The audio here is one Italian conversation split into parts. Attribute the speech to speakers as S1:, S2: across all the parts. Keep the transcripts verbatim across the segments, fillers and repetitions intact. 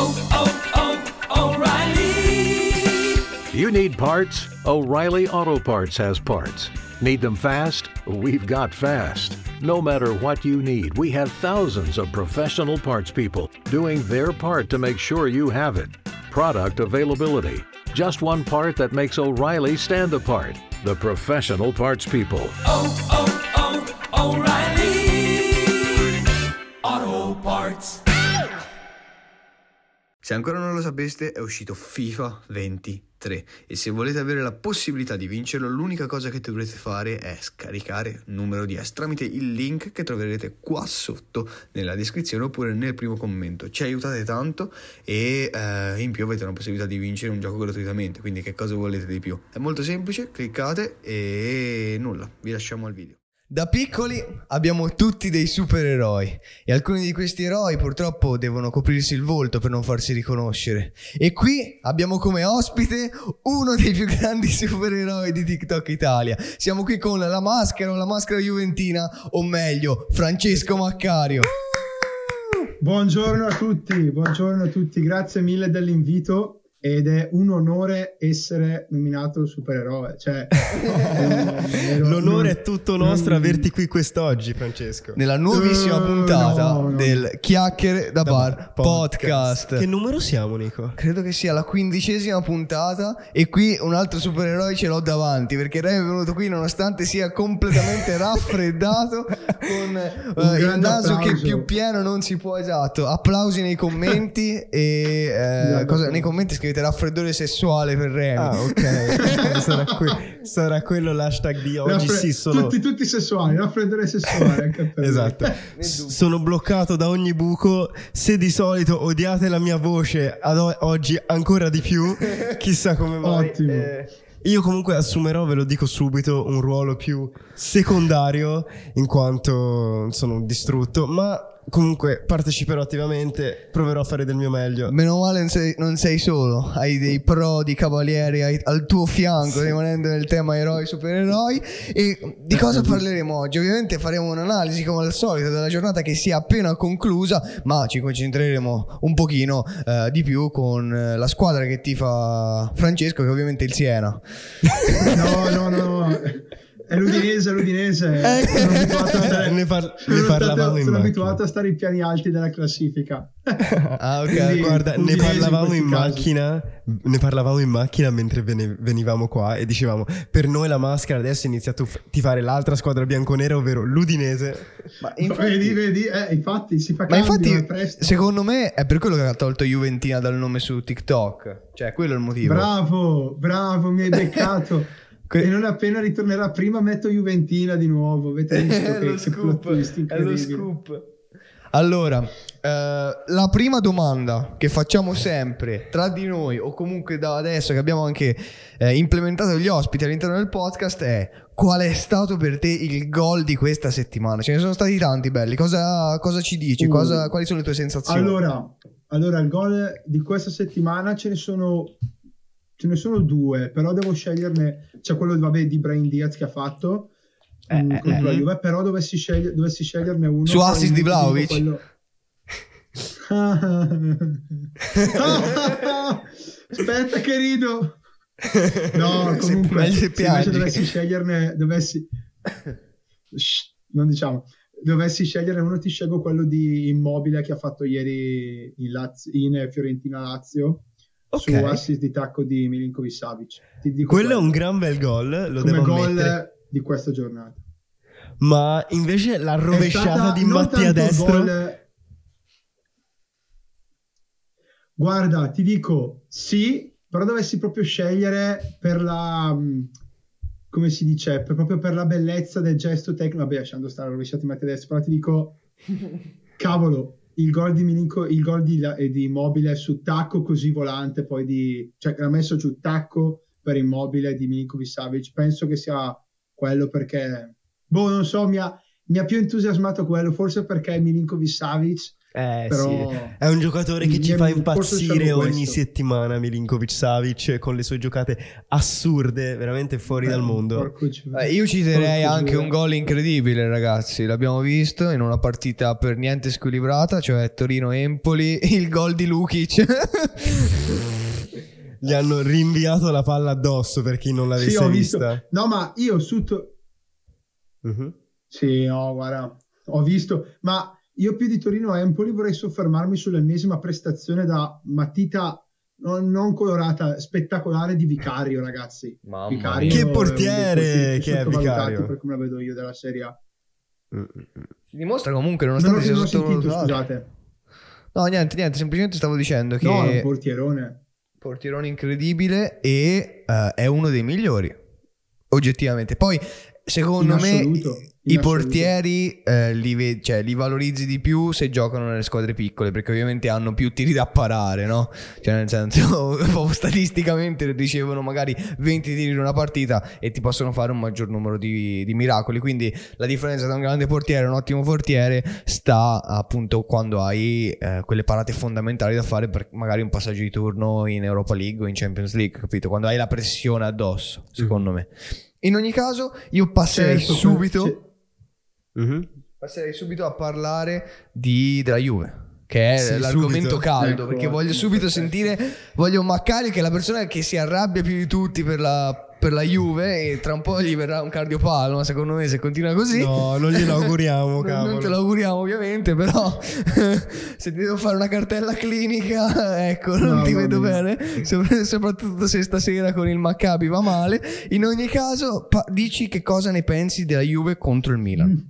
S1: oh, oh, O'Reilly.
S2: You need parts? O'Reilly Auto Parts has parts. Need them fast? We've got fast. No matter what you need, we have thousands of professional parts people doing their part to make sure you have it. Product availability. Just one part that makes O'Reilly stand apart. The professional parts people.
S1: Oh, oh, oh, O'Reilly Auto Parts.
S3: Se ancora non lo sapeste, è uscito FIFA ventitré e se volete avere la possibilità di vincerlo, l'unica cosa che dovrete fare è scaricare Numero di S tramite il link che troverete qua sotto nella descrizione oppure nel primo commento. Ci aiutate tanto e eh, in più avete una possibilità di vincere un gioco gratuitamente, quindi che cosa volete di più? È molto semplice, cliccate e nulla, vi lasciamo al video.
S4: Da piccoli abbiamo tutti dei supereroi e alcuni di questi eroi purtroppo devono coprirsi il volto per non farsi riconoscere. E qui abbiamo come ospite uno dei più grandi supereroi di TikTok Italia. Siamo qui con la maschera o la maschera juventina, o meglio, Francesco Maccario.
S5: Buongiorno a tutti, buongiorno a tutti, grazie mille dell'invito. Ed è un onore essere nominato supereroe, cioè ero,
S6: l'onore
S5: non,
S6: è tutto nostro
S5: non...
S6: averti qui quest'oggi, Francesco,
S4: nella nuovissima uh, puntata
S5: no, no.
S4: del Chiacchiere da, da Bar podcast. podcast.
S6: Che numero siamo, Nico?
S4: Credo che sia la quindicesima puntata e qui un altro supereroe ce l'ho davanti perché Re è venuto qui nonostante sia completamente raffreddato con uh, il naso applauso. Che più pieno non si può, esatto. Applausi nei commenti e eh, cosa, nei commenti scrivete raffreddore sessuale per Remy.
S6: Ah, ok. sarà, que- sarà quello l'hashtag di oggi.
S5: Raffre-
S6: sì, sono...
S5: tutti, tutti sessuali, raffreddore sessuale. Anche per
S6: esatto. Sono bloccato da ogni buco. Se di solito odiate la mia voce, ad o- oggi ancora di più. Chissà come mai.
S5: Ottimo.
S6: Eh, io comunque assumerò, ve lo dico subito, un ruolo più secondario in quanto sono distrutto, ma comunque parteciperò attivamente, proverò a fare del mio meglio.
S4: Meno male non sei, non sei solo, hai dei pro di cavalieri hai, al tuo fianco, rimanendo nel tema eroi supereroi. E di cosa parleremo oggi? Ovviamente faremo un'analisi come al solito della giornata che si è appena conclusa, ma ci concentreremo un pochino eh, di più con la squadra che tifa Francesco, che ovviamente è il Siena.
S5: No, no, no, è l'Udinese, è l'Udinese.
S6: Eh,
S5: sono abituato a stare,
S6: ne, par- ne parlavamo in
S5: sono
S6: macchina.
S5: abituato a stare ai piani alti della classifica.
S4: Ah, ok.
S5: Quindi,
S6: guarda, ne parlavamo in, in macchina, ne parlavamo in macchina mentre vene- venivamo qua e dicevamo: per noi la maschera adesso inizia a tuf- tifare l'altra squadra bianconera, ovvero l'Udinese.
S5: Ma infatti, vedi, vedi, eh, infatti si fa
S4: ma
S5: cambio,
S4: infatti
S5: presto.
S4: secondo me è per quello che ha tolto Juventina dal nome su TikTok, cioè quello è il motivo.
S5: Bravo, bravo, mi hai beccato. E non appena ritornerà prima metto Juventina di nuovo. Avete visto
S4: è
S5: che,
S4: lo
S5: che
S4: scoop,
S5: plot twist
S4: è lo
S5: incredibile.
S4: scoop. Allora, eh, la prima domanda che facciamo sempre tra di noi o comunque da adesso che abbiamo anche eh, implementato gli ospiti all'interno del podcast è: qual è stato per te il gol di questa settimana? Ce ne sono stati tanti belli, cosa, cosa ci dici?
S5: Uh,
S4: Cosa, quali sono le tue sensazioni?
S5: Allora, allora, il gol di questa settimana ce ne sono ce ne sono due, però devo sceglierne. C'è quello vabbè, di Brahim Diaz che ha fatto
S4: eh,
S5: mh,
S4: eh,
S5: contro la
S4: eh.
S5: Juve, però dovessi, scegli- dovessi sceglierne uno
S4: Su assist di Vlahovic?
S5: quello... Aspetta che rido. No, comunque se, se invece dovessi sceglierne dovessi Shh, non diciamo dovessi scegliere uno, ti scelgo quello di Immobile che ha fatto ieri in, Lazio, in Fiorentina Lazio. Okay. Su assist di tacco di Milinkovic Savic. Ti dico
S6: quello, quello
S5: è
S6: un gran bel gol, lo
S5: come
S6: devo
S5: gol
S6: ammettere,
S5: di questa giornata.
S6: Ma invece la rovesciata di Mattia destro
S5: gol... guarda, ti dico sì, però dovessi proprio scegliere per la, come si dice, per, proprio per la bellezza del gesto tecnico. Vabbè, lasciando stare la rovesciata di Mattia destro, però ti dico cavolo, il gol di Milinko, il gol di, di Immobile su tacco così volante, poi di, cioè che l'ha messo giù tacco per Immobile di Milinkovic Savic, penso che sia quello, perché boh, non so, mi ha, mi ha più entusiasmato quello, forse perché Milinkovic Savic
S6: Eh
S5: Però
S6: sì, è un giocatore che
S5: il-
S6: ci fa
S5: il corso
S6: impazzire
S5: diciamo
S6: ogni
S5: questo.
S6: settimana. Milinkovic-Savic con le sue giocate assurde, veramente fuori
S5: Eh,
S6: dal mondo.
S5: porco Giuda.
S4: Eh, io citerei
S5: Porco
S4: anche
S5: Giuda.
S4: un gol incredibile, ragazzi. L'abbiamo visto in una partita per niente squilibrata, cioè Torino-Empoli. Il gol di Lukic.
S6: Gli hanno rinviato la palla addosso per chi non l'avesse
S5: Sì, ho visto.
S6: vista.
S5: No, ma io su to-
S6: Mhm.
S5: Sì, no, guarda, ho visto, ma io più di Torino Empoli vorrei soffermarmi sull'ennesima prestazione da matita non, non colorata, spettacolare di Vicario, ragazzi.
S4: Mamma
S5: Vicario
S6: Che
S5: è uno dei
S6: portiere
S5: portieri più
S6: che è
S5: sottovalutati
S6: Vicario.
S5: per come la vedo io della Serie A.
S4: Si dimostra comunque,
S5: Non ho,
S4: nonostante sia
S5: non ho sentito,
S4: sottovalutato.
S5: scusate.
S4: No, niente, niente, semplicemente stavo dicendo che
S5: No, è un portierone.
S4: portierone incredibile e eh, è uno dei migliori, oggettivamente. Poi, secondo
S5: In
S4: me,
S5: assoluto,
S4: i
S5: in assoluto.
S4: portieri eh, li, ve- cioè, li valorizzi di più se giocano nelle squadre piccole, perché ovviamente hanno più tiri da parare, no? Cioè, nel senso, proprio statisticamente ricevono magari venti tiri in una partita e ti possono fare un maggior numero di, di miracoli. Quindi la differenza tra un grande portiere e un ottimo portiere sta appunto quando hai eh, quelle parate fondamentali da fare per magari un passaggio di turno in Europa League o in Champions League, capito? Quando hai la pressione addosso, secondo me. In ogni caso, io passerei
S5: Certo,
S4: subito
S5: c'è-
S6: Mhm.
S4: passerei subito a parlare di, della Juve, che è
S6: Sì,
S4: l'argomento
S6: subito.
S4: caldo,
S5: Ecco,
S4: perché voglio
S5: ottimo,
S4: subito
S5: perfetto.
S4: sentire, voglio Maccari, che è la persona che si arrabbia più di tutti per la, per la Juve, e tra un po' gli verrà un cardiopalmo, secondo me, se continua così.
S6: No, non glielo auguriamo,
S4: Non-
S6: cavolo.
S4: Non te lo auguriamo ovviamente, però se ti devo fare una cartella clinica, ecco, non
S5: No,
S4: ti
S5: va
S4: vedo
S5: bene.
S4: bene, sop- soprattutto se stasera con il Maccabi va male. In ogni caso, pa- dici che cosa ne pensi della Juve contro il Milan.
S5: Mm.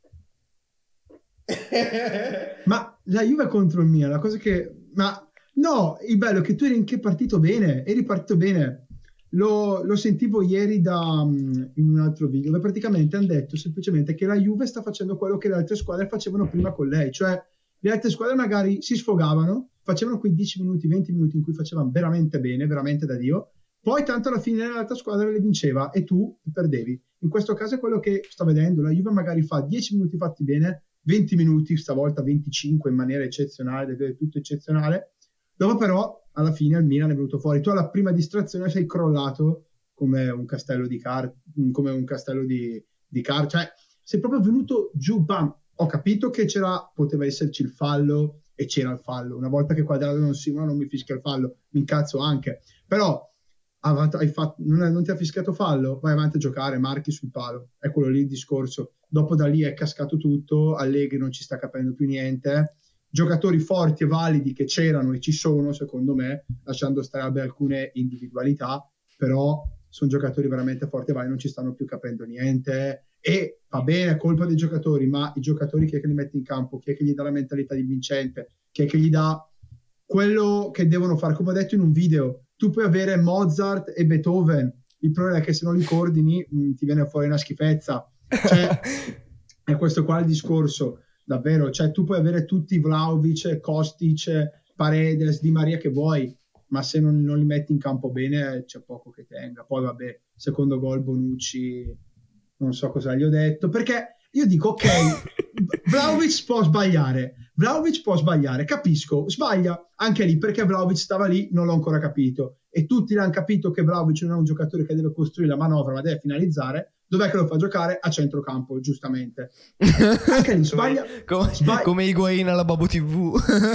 S5: Ma la Juve contro il Milan, la cosa che... Ma no, il bello è che tu eri anche partito bene, eri partito bene. Lo, lo sentivo ieri da, mm, in un altro video, dove praticamente hanno detto semplicemente che la Juve sta facendo quello che le altre squadre facevano prima con lei, cioè le altre squadre magari si sfogavano, facevano quei dieci minuti, venti minuti in cui facevano veramente bene, veramente da Dio, poi tanto alla fine l'altra squadra le vinceva e tu perdevi. In questo caso è quello che sto vedendo, la Juve magari fa dieci minuti fatti bene, venti minuti, stavolta venticinque in maniera eccezionale, del tutto eccezionale. Dopo però alla fine il Milan è venuto fuori. Tu alla prima distrazione sei crollato come un castello di carte, come un castello di, di carte, cioè sei proprio venuto giù, bam. Ho capito che c'era, poteva esserci il fallo e c'era il fallo. Una volta che Quadrado non si non mi fischia il fallo, mi incazzo anche. Però hai fatto, non, è, non ti ha fischiato fallo, vai avanti a giocare, marchi sul palo. È quello lì il discorso. Dopo da lì è cascato tutto, Allegri non ci sta capendo più niente. Giocatori forti e validi che c'erano e ci sono, secondo me, lasciando stare vabbè, alcune individualità, però sono giocatori veramente forti e validi, non ci stanno più capendo niente. E va bene, è colpa dei giocatori, ma i giocatori chi è che li mette in campo? Chi è che gli dà la mentalità di vincente? Chi è che gli dà quello che devono fare? Come ho detto in un video, tu puoi avere Mozart e Beethoven, il problema è che se non li coordini mh, ti viene fuori una schifezza. Cioè, è questo qua il discorso, davvero. Cioè, tu puoi avere tutti Vlahovic, Kostic, Paredes, Di Maria che vuoi, ma se non, non li metti in campo bene c'è poco che tenga. Poi vabbè, secondo gol Bonucci, non so cosa gli ho detto, perché io dico ok, Vlahovic può sbagliare, Vlahovic può sbagliare, capisco, sbaglia anche lì perché Vlahovic stava lì, non l'ho ancora capito e tutti l'hanno capito che Vlahovic non è un giocatore che deve costruire la manovra ma deve finalizzare. Dov'è che lo fa giocare? A centrocampo, giustamente. Anche lì sbaglia,
S4: come,
S5: sbaglia.
S4: come Higuain alla Babbo tivù.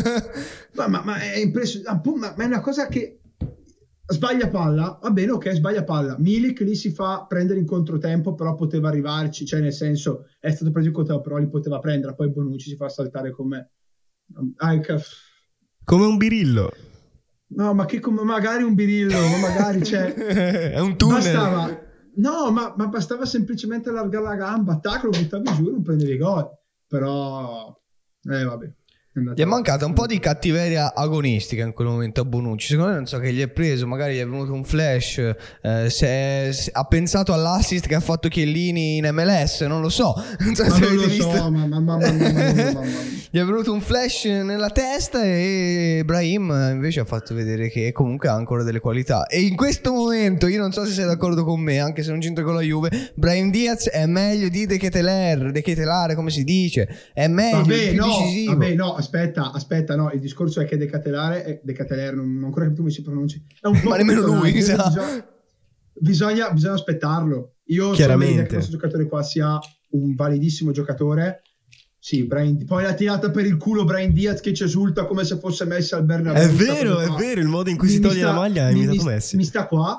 S5: ma, ma, ma è impressionante, ma, ma è una cosa che sbaglia palla, va bene, ok, sbaglia palla. Milik lì si fa prendere in controtempo, però poteva arrivarci, cioè nel senso è stato preso in controtempo, però li poteva prendere. Poi Bonucci si fa saltare come ah, che...
S6: come un birillo.
S5: No, ma che come magari un birillo, ma magari c'è
S4: È un tunnel.
S5: bastava, no, ma, ma bastava semplicemente allargare la gamba, tac, lo buttavi giù, non prendevi gol. Però eh vabbè.
S4: Gli è mancata un po' di cattiveria agonistica in quel momento a Bonucci. Secondo me non so che gli è preso, magari gli è venuto un flash, eh, se, se ha pensato all'assist che ha fatto Chiellini in M L S, non lo so. Non so
S5: Ma
S4: se
S5: non
S4: avete
S5: lo
S4: visto.
S5: so, ma, ma, ma, ma, ma, ma, ma, ma.
S4: Gli è venuto un flash nella testa e Brahim invece ha fatto vedere che comunque ha ancora delle qualità. E in questo momento, io non so se sei d'accordo con me, anche se non c'entra con la Juve, Brahim Diaz è meglio di De Ketelaere, De Ketelare come si dice, è meglio,
S5: Vabbè,
S4: più
S5: no,
S4: decisivo.
S5: vabbè, no, aspetta, aspetta, no, il discorso è che Decatelare, è, Decatelare, non, non ancora capito come si pronuncia, è un po'
S4: Ma nemmeno lui,
S5: bisogna,
S4: sa.
S5: bisogna, bisogna aspettarlo. Io
S6: Chiaramente.
S5: sono che questo giocatore qua sia un validissimo giocatore. Sì, Brian, poi la tirata per il culo Brian Diaz che ci esulta come se fosse Messi al Bernabéu.
S6: È vero, è vero, il modo in cui
S5: Mi-
S6: si
S5: mi
S6: toglie
S5: sta-
S6: la maglia ha
S5: mi-
S6: imitato
S5: mi-
S6: Messi.
S5: Mi sta qua.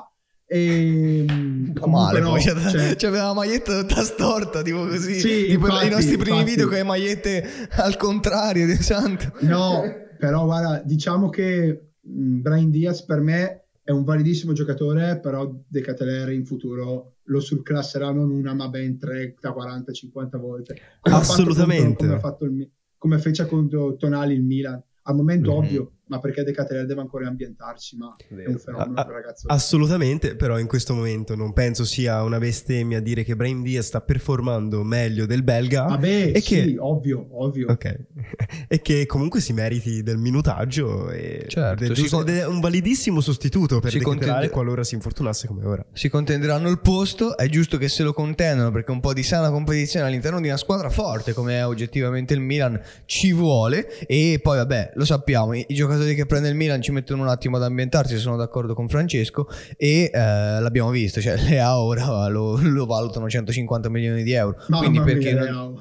S5: E
S4: Un po' male,
S5: no,
S4: poi c'è-
S5: cioè-
S4: c'aveva la maglietta tutta storta, tipo così.
S5: Sì,
S4: tipo
S5: infatti,
S4: i nostri primi
S5: infatti.
S4: video con le magliette al contrario, Dio santo.
S5: No, però guarda, diciamo che mh, Brian Diaz per me è un validissimo giocatore, però Decatelere in futuro lo surclasserà non una ma ben tre da quaranta cinquanta volte. Come ha fatto
S6: Assolutamente.
S5: contro- come, ha fatto il Mi- come fece contro Tonali il Milan. Al momento
S6: Mhm.
S5: ovvio, ma perché Decatelere deve ancora ambientarsi, ma è un fenomeno
S6: A-
S5: quel ragazzo.
S6: Assolutamente, però in questo momento non penso sia una bestemmia dire che Brahim Diaz sta performando meglio del belga.
S5: Vabbè,
S6: e
S5: sì,
S6: che
S5: ovvio, ovvio.
S6: Ok. E che comunque si meriti del minutaggio e
S4: Certo,
S6: ed è,
S4: si
S6: giusto-
S4: con-
S6: ed è un validissimo sostituto per
S4: si
S6: Decatelare
S4: contende-
S6: qualora si infortunasse come ora.
S4: Si contenderanno il posto, è giusto che se lo contendono perché un po' di sana competizione all'interno di una squadra forte come è oggettivamente il Milan ci vuole. E poi vabbè, lo sappiamo, i, i giocatori che prende il Milan ci mettono un attimo ad ambientarsi, sono d'accordo con Francesco e eh, l'abbiamo visto, cioè Leao ora lo, lo valutano centocinquanta milioni di euro,
S5: Mamma
S4: quindi
S5: mia,
S4: perché non...
S5: Leao.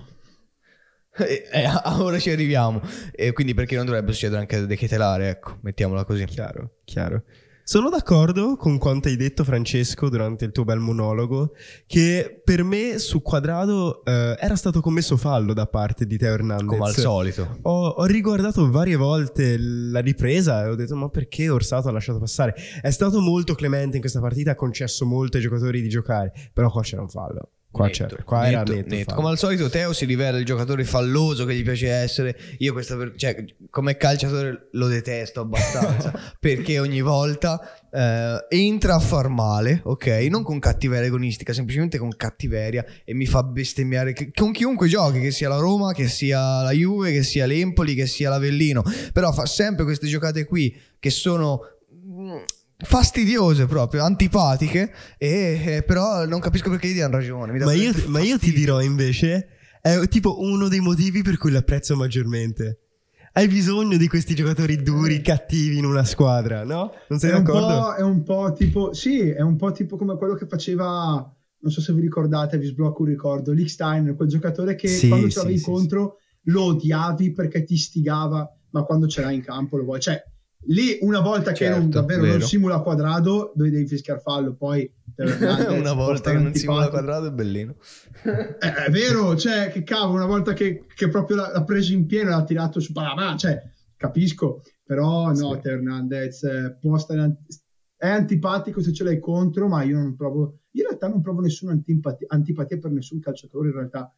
S4: Eh, eh, ora ci arriviamo, e quindi perché non dovrebbe succedere anche a De Ketelare, ecco, mettiamola così.
S6: Chiaro, chiaro. Sono d'accordo con quanto hai detto, Francesco, durante il tuo bel monologo, che per me su Quadrado eh, era stato commesso fallo da parte di Teo Hernandez.
S4: Come al solito.
S6: Ho, ho riguardato varie volte la ripresa e ho detto ma perché Orsato ha lasciato passare? È stato molto clemente in questa partita, ha concesso molto ai giocatori di giocare, però qua c'era un fallo. Qua,
S4: Netto,
S6: c'era, qua era
S4: netto,
S6: netto,
S4: netto.
S6: fallo.
S4: Come al solito Teo si rivela il giocatore falloso che gli piace essere. Io questa per... cioè, come calciatore lo detesto abbastanza perché ogni volta eh, entra a far male, ok? Non con cattiveria agonistica, semplicemente con cattiveria, e mi fa bestemmiare che- con chiunque giochi, che sia la Roma, che sia la Juve, che sia l'Empoli, che sia l'Avellino. Però fa sempre queste giocate qui che sono mm, fastidiose, proprio antipatiche, e eh, però non capisco perché gli diano ragione. Mi dà
S6: Ma io,
S4: veramente
S6: ma io ti
S4: fastidio.
S6: dirò invece, è tipo uno dei motivi per cui l'apprezzo maggiormente. Hai bisogno di questi giocatori duri, cattivi in una squadra, no? Non sei
S5: È un,
S6: d'accordo?
S5: po', è un po' tipo, sì, è un po' tipo come quello che faceva, non so se vi ricordate, vi sblocco un ricordo, Lichtsteiner, quel giocatore che
S6: Sì,
S5: quando
S6: sì,
S5: ce l'avevi
S6: sì,
S5: contro lo odiavi perché ti stigava, ma quando ce l'hai in campo lo vuoi. Cioè, lì una volta che non,
S4: Certo,
S5: davvero
S4: vero.
S5: non simula Quadrado, dove devi fischiare fallo, poi
S4: Una volta che non simula Quadrado è bellino.
S5: è, è vero, cioè che cavolo, una volta che, che proprio l'ha, l'ha preso in pieno e l'ha tirato su ma cioè capisco, però no,
S6: Sì.
S5: Teo Hernandez eh, può stare an- è antipatico se ce l'hai contro, ma io non provo, io in realtà non provo nessuna antipatia, antipatia per nessun calciatore in realtà.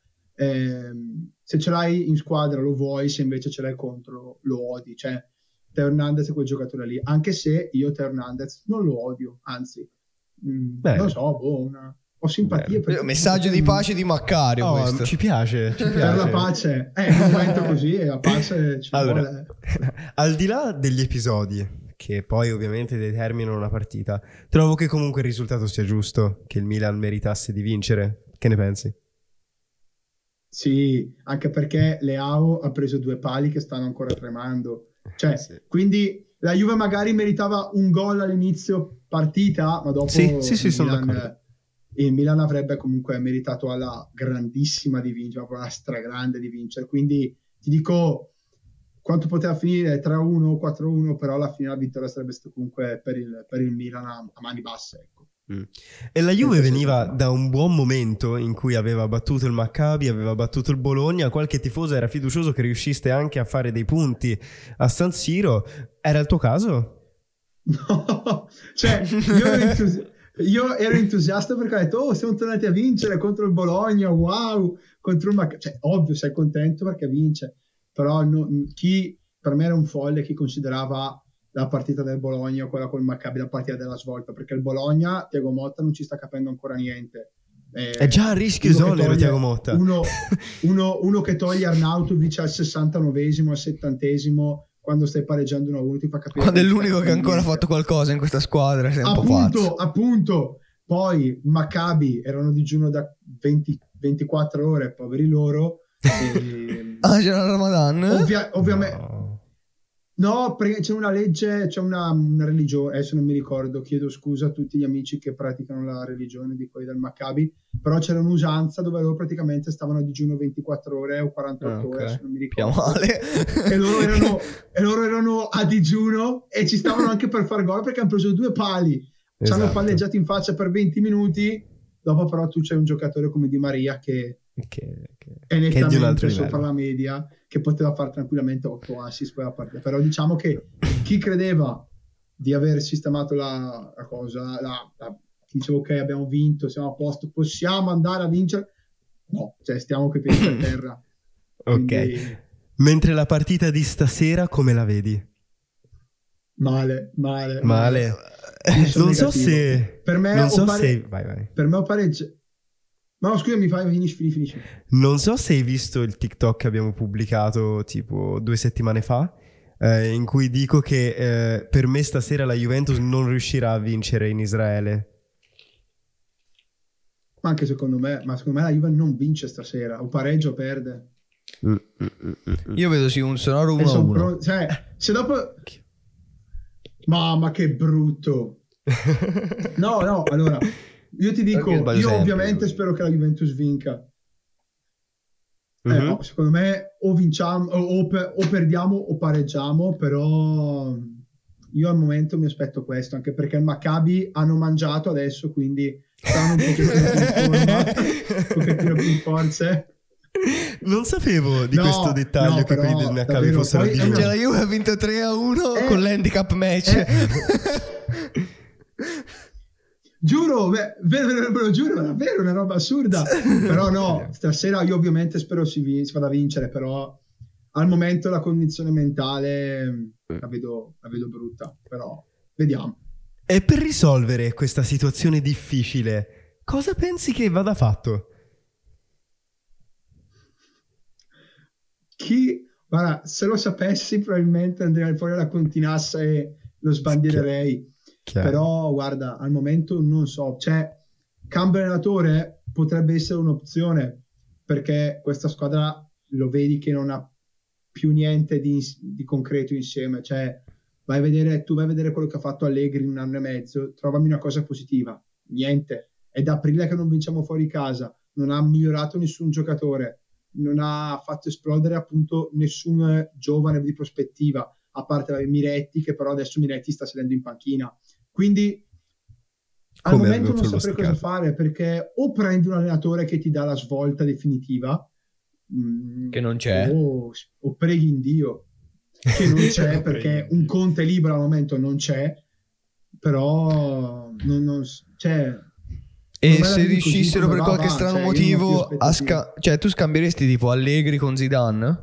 S5: Ehm, se ce l'hai in squadra lo vuoi, se invece ce l'hai contro lo odi, cioè Teo Hernandez è quel giocatore lì, anche se io Teo Hernandez non lo odio, anzi mh,
S6: Bene.
S5: non lo so, boh, una, ho simpatia per
S4: Messaggio di pace di Maccario
S6: Oh,
S4: questo.
S6: ci piace, ci
S5: per
S6: piace.
S5: la pace, eh, in un momento così la pace ci
S6: Allora,
S5: vuole.
S6: al di là degli episodi, che poi ovviamente determinano una partita, trovo che comunque il risultato sia giusto, che il Milan meritasse di vincere. Che ne pensi?
S5: Sì, anche perché Leao ha preso due pali che stanno ancora tremando. Cioè,
S6: Sì.
S5: quindi la Juve magari meritava un gol all'inizio partita, ma dopo
S6: Sì, sì, sì,
S5: il,
S6: sono
S5: Milan,
S6: d'accordo.
S5: il Milan avrebbe comunque meritato alla grandissima di vincere, proprio alla stragrande di vincere. Quindi ti dico quanto poteva finire tre a uno, quattro a uno, però alla fine la vittoria sarebbe stata comunque per il, per il Milan a, a mani basse, ecco.
S6: Mm. E la Juve
S5: Senza
S6: veniva
S5: senso.
S6: da un buon momento in cui aveva battuto il Maccabi, aveva battuto il Bologna, qualche tifoso era fiducioso che riusciste anche a fare dei punti a San Siro. Era il tuo caso?
S5: No, cioè io ero, entusi- io ero entusiasta perché ho detto oh siamo tornati a vincere contro il Bologna, wow, contro il Maccabi, cioè ovvio sei contento perché vince, però no- chi per me era un folle chi considerava la partita del Bologna o quella col Maccabi la partita della svolta, perché il Bologna Thiago Motta non ci sta capendo ancora niente. Eh,
S6: È già a rischio
S5: uno che
S6: esonero,
S5: toglie-
S6: Thiago Motta.
S5: uno, uno, uno che toglie Arnautovic al sessantanovesimo, al settantesimo, quando stai pareggiando uno a uno ti fa capire
S4: Quando è
S5: non
S4: l'unico
S5: sta
S4: che ha ancora
S5: niente.
S4: fatto qualcosa in questa squadra, sei un po'
S5: appunto,
S4: pazzo.
S5: appunto. Poi Maccabi erano digiuno da venti ventiquattro ore, poveri loro, E,
S4: Ah, c'era il Ramadan?
S5: ovvia- ovviamente
S6: No.
S5: no, perché c'è una legge, c'è una, una religione, adesso non mi ricordo, chiedo scusa a tutti gli amici che praticano la religione di quelli del Maccabi, però c'era un'usanza dove loro praticamente stavano a digiuno ventiquattro ore o quarantotto
S6: Ah, ok.
S5: ore, adesso non mi
S4: Più
S5: ricordo.
S4: male.
S5: E loro, erano, e loro erano a digiuno e ci stavano anche per far gol perché hanno preso due pali, ci hanno
S6: Esatto.
S5: palleggiato in faccia per venti minuti, dopo però tu c'è un giocatore come Di Maria che
S6: Che, che-
S5: è
S6: che è di un altro
S5: nettamente
S6: livello.
S5: sopra la media, che poteva fare tranquillamente otto assist poi a partita. Però diciamo che chi credeva di aver sistemato la, la cosa, la, la, chi diceva ok abbiamo vinto, siamo a posto, possiamo andare a vincere, no, cioè stiamo coi piedi per terra.
S6: Ok.
S5: Quindi
S6: Mentre la partita di stasera come la vedi?
S5: male, male,
S6: Male.
S5: Io sono
S6: Non so
S5: negativo.
S6: se
S5: Per me
S6: non
S5: o
S6: so
S5: pare-
S6: se vai vai.
S5: per me o pareggio. No, scusami, fai, finisci, finisci, finisci.
S6: Non so se hai visto il TikTok che abbiamo pubblicato tipo due settimane fa, eh, in cui dico che eh, per me stasera la Juventus non riuscirà a vincere in Israele.
S5: Ma anche secondo me, ma secondo me la Juve non vince stasera, o pareggio o perde.
S6: Mm, mm, mm, mm.
S4: Io vedo sì un sonoro
S5: E
S4: uno a
S5: son
S4: uno.
S5: pro- cioè, se dopo... Mamma che brutto. No, no, allora, io ti dico,
S4: Perché sbaglio
S5: io
S4: sempre,
S5: ovviamente
S4: io.
S5: spero che la Juventus vinca. Eh,
S6: Mhm.
S5: no, secondo me o vinciamo o, o per- o perdiamo o pareggiamo, però io al momento mi aspetto questo, anche perché il Maccabi hanno mangiato adesso, quindi stanno un pochettino più in forma, un pochettino più in forze.
S6: Non sapevo di
S5: No,
S6: questo dettaglio
S5: no,
S6: che quelli
S5: però,
S6: del Maccabi
S5: davvero,
S6: fossero
S5: poi
S6: di
S5: è una-
S4: Cioè la Juve ha vinto tre a uno
S5: Eh,
S4: con l'handicap match.
S5: eh. Giuro, ve, ve, ve- ve lo giuro, davvero una roba assurda. Però no, stasera io ovviamente spero si, vi- si vada a vincere, però al momento la condizione mentale mh, la vedo, la vedo brutta, però vediamo.
S6: E per risolvere questa situazione difficile, cosa pensi che vada fatto?
S5: Chi, guarda, se lo sapessi probabilmente andrei fuori alla continassa e lo sbandiererei.
S6: Chiaro.
S5: Però guarda, al momento non so, cioè cambio allenatore potrebbe essere un'opzione, perché questa squadra lo vedi che non ha più niente di, di concreto insieme, cioè vai a vedere, tu vai a vedere quello che ha fatto Allegri in un anno e mezzo, trovami una cosa positiva, niente, è da aprile che non vinciamo fuori casa, non ha migliorato nessun giocatore, non ha fatto esplodere appunto nessun giovane di prospettiva, a parte Miretti, che però adesso Miretti sta sedendo in panchina. Quindi al
S6: Come
S5: momento
S6: avevo
S5: non saprei cosa
S6: pronosticato.
S5: fare, perché o prendi un allenatore che ti dà la svolta definitiva, mh,
S4: Che non c'è.
S5: o, o preghi in Dio che non c'è,
S6: O
S5: perché
S6: preghi in
S5: un Conte libero al momento non c'è, però non, non c'è.
S4: E
S5: Secondo me la
S4: se
S5: vedi così
S4: riuscissero
S5: come
S4: per
S5: va,
S4: qualche
S5: va,
S4: strano
S5: cioè, io non ho più
S4: motivo a
S5: aspettative.
S4: sca- cioè tu scambieresti tipo Allegri con Zidane?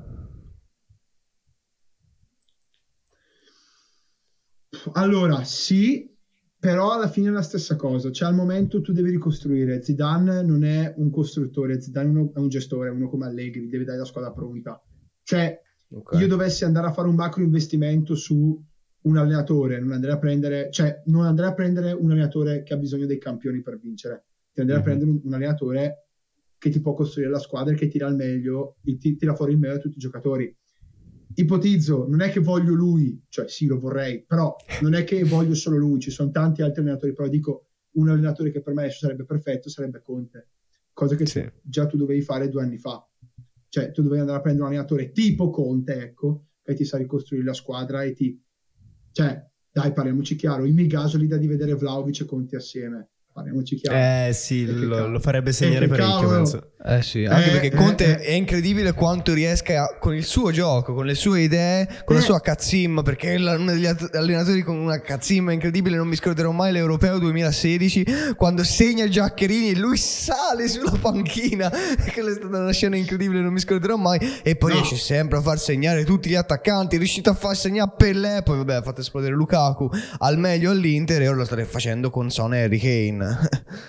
S5: Allora, sì, però alla fine è la stessa cosa. Cioè, al momento tu devi ricostruire. Zidane non è un costruttore, Zidane è uno- è un gestore, uno come Allegri, deve dare la squadra pronta. Cioè, io dovessi andare a fare un macro investimento su un allenatore, non andrei a prendere, cioè, non andrei a prendere un allenatore che ha bisogno dei campioni per vincere. Ti andrei
S6: Mhm.
S5: a prendere un, un allenatore che ti può costruire la squadra e che tira al meglio, ti, tira fuori il meglio da tutti i giocatori. Ipotizzo, non è che voglio lui, cioè sì lo vorrei, però non è che voglio solo lui, ci sono tanti altri allenatori, però dico un allenatore che per me adesso sarebbe perfetto sarebbe Conte, cosa che
S6: Sì.
S5: già tu dovevi fare due anni fa, cioè tu dovevi andare a prendere un allenatore tipo Conte, ecco, che ti sa ricostruire la squadra e ti, cioè dai parliamoci chiaro, i miei gasoli da di vedere Vlahovic e Conte assieme, parliamoci chiaro.
S6: Eh sì,
S5: E che
S6: lo,
S5: cavolo.
S6: lo farebbe
S5: E
S6: segnare
S5: che
S6: parecchio,
S5: cavolo.
S6: penso.
S4: Eh sì, anche
S5: Eh,
S4: perché
S5: eh,
S4: Conte
S5: eh.
S4: è incredibile quanto riesca a- con il suo gioco, con le sue idee, con la
S5: Eh.
S4: sua cazzimma, perché è la- uno degli at- allenatori con una cazzimma incredibile, non mi scorderò mai l'Europeo duemilasedici, quando segna Giaccherini e lui sale sulla panchina, quella è stata una scena incredibile, non mi scorderò mai, e poi
S5: No.
S4: riesce sempre a far segnare tutti gli attaccanti, è riuscito a far segnare Pelé, poi vabbè ha fatto esplodere Lukaku al meglio all'Inter e ora lo state facendo con Son e Harry Kane.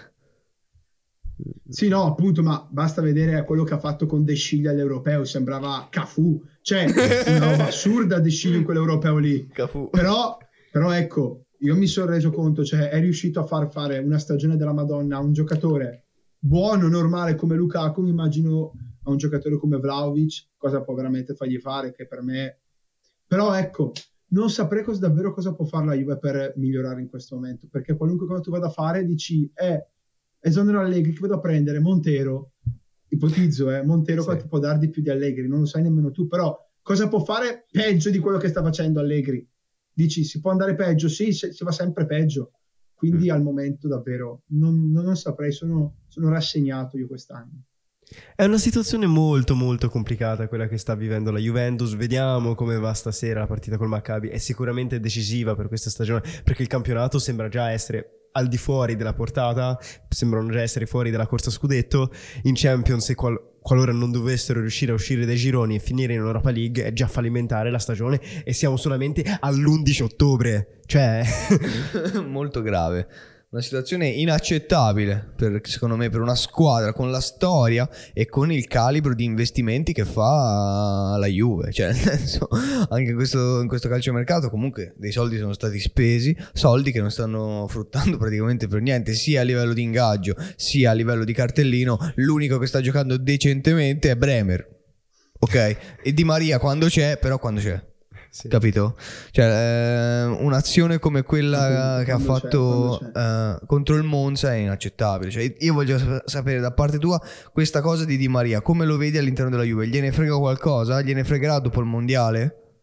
S5: Sì, no, appunto, ma basta vedere quello che ha fatto con De Sciglio all'Europeo, sembrava Cafù, cioè una roba assurda De Sciglio in quell'Europeo lì.
S4: Cafu.
S5: Però, però ecco, io mi sono reso conto, cioè è riuscito a far fare una stagione della Madonna a un giocatore buono, normale come Lukaku, mi immagino a un giocatore come Vlahovic, cosa può veramente fargli fare, che per me... Però ecco, non saprei cosa, davvero cosa può fare la Juve per migliorare in questo momento, perché qualunque cosa tu vada a fare dici, eh, esonero Allegri, che vado a prendere? Montero, ipotizzo, eh, Montero
S4: Sì.
S5: cosa ti può dare di più di Allegri? Non lo sai nemmeno tu, però cosa può fare peggio di quello che sta facendo Allegri? Dici, si può andare peggio? Sì, si si va sempre peggio. Quindi mm. al momento davvero non, non, non saprei, sono, sono rassegnato io quest'anno.
S6: È una situazione molto molto complicata quella che sta vivendo la Juventus. Vediamo come va stasera la partita col Maccabi. È sicuramente decisiva per questa stagione, perché il campionato sembra già essere al di fuori della portata, sembrano già essere fuori dalla corsa scudetto. In Champions, e qual- qualora non dovessero riuscire a uscire dai gironi e finire in Europa League, è già fallimentare la stagione e siamo solamente all'undici ottobre. Cioè
S4: molto grave. Una situazione inaccettabile per, secondo me, per una squadra con la storia e con il calibro di investimenti che fa la Juve. Cioè, nel senso, anche in questo, in questo calciomercato comunque dei soldi sono stati spesi, soldi che non stanno fruttando praticamente per niente, sia a livello di ingaggio sia a livello di cartellino. L'unico che sta giocando decentemente è Bremer, ok? E Di Maria quando c'è, però quando c'è. Sì. Capito? Cioè eh, un'azione come quella quando, che quando ha fatto eh, contro il Monza è inaccettabile. Cioè, io voglio sap- sapere da parte tua questa cosa di Di Maria, come lo vedi all'interno della Juve? Gliene frega qualcosa? Gliene fregherà dopo il mondiale?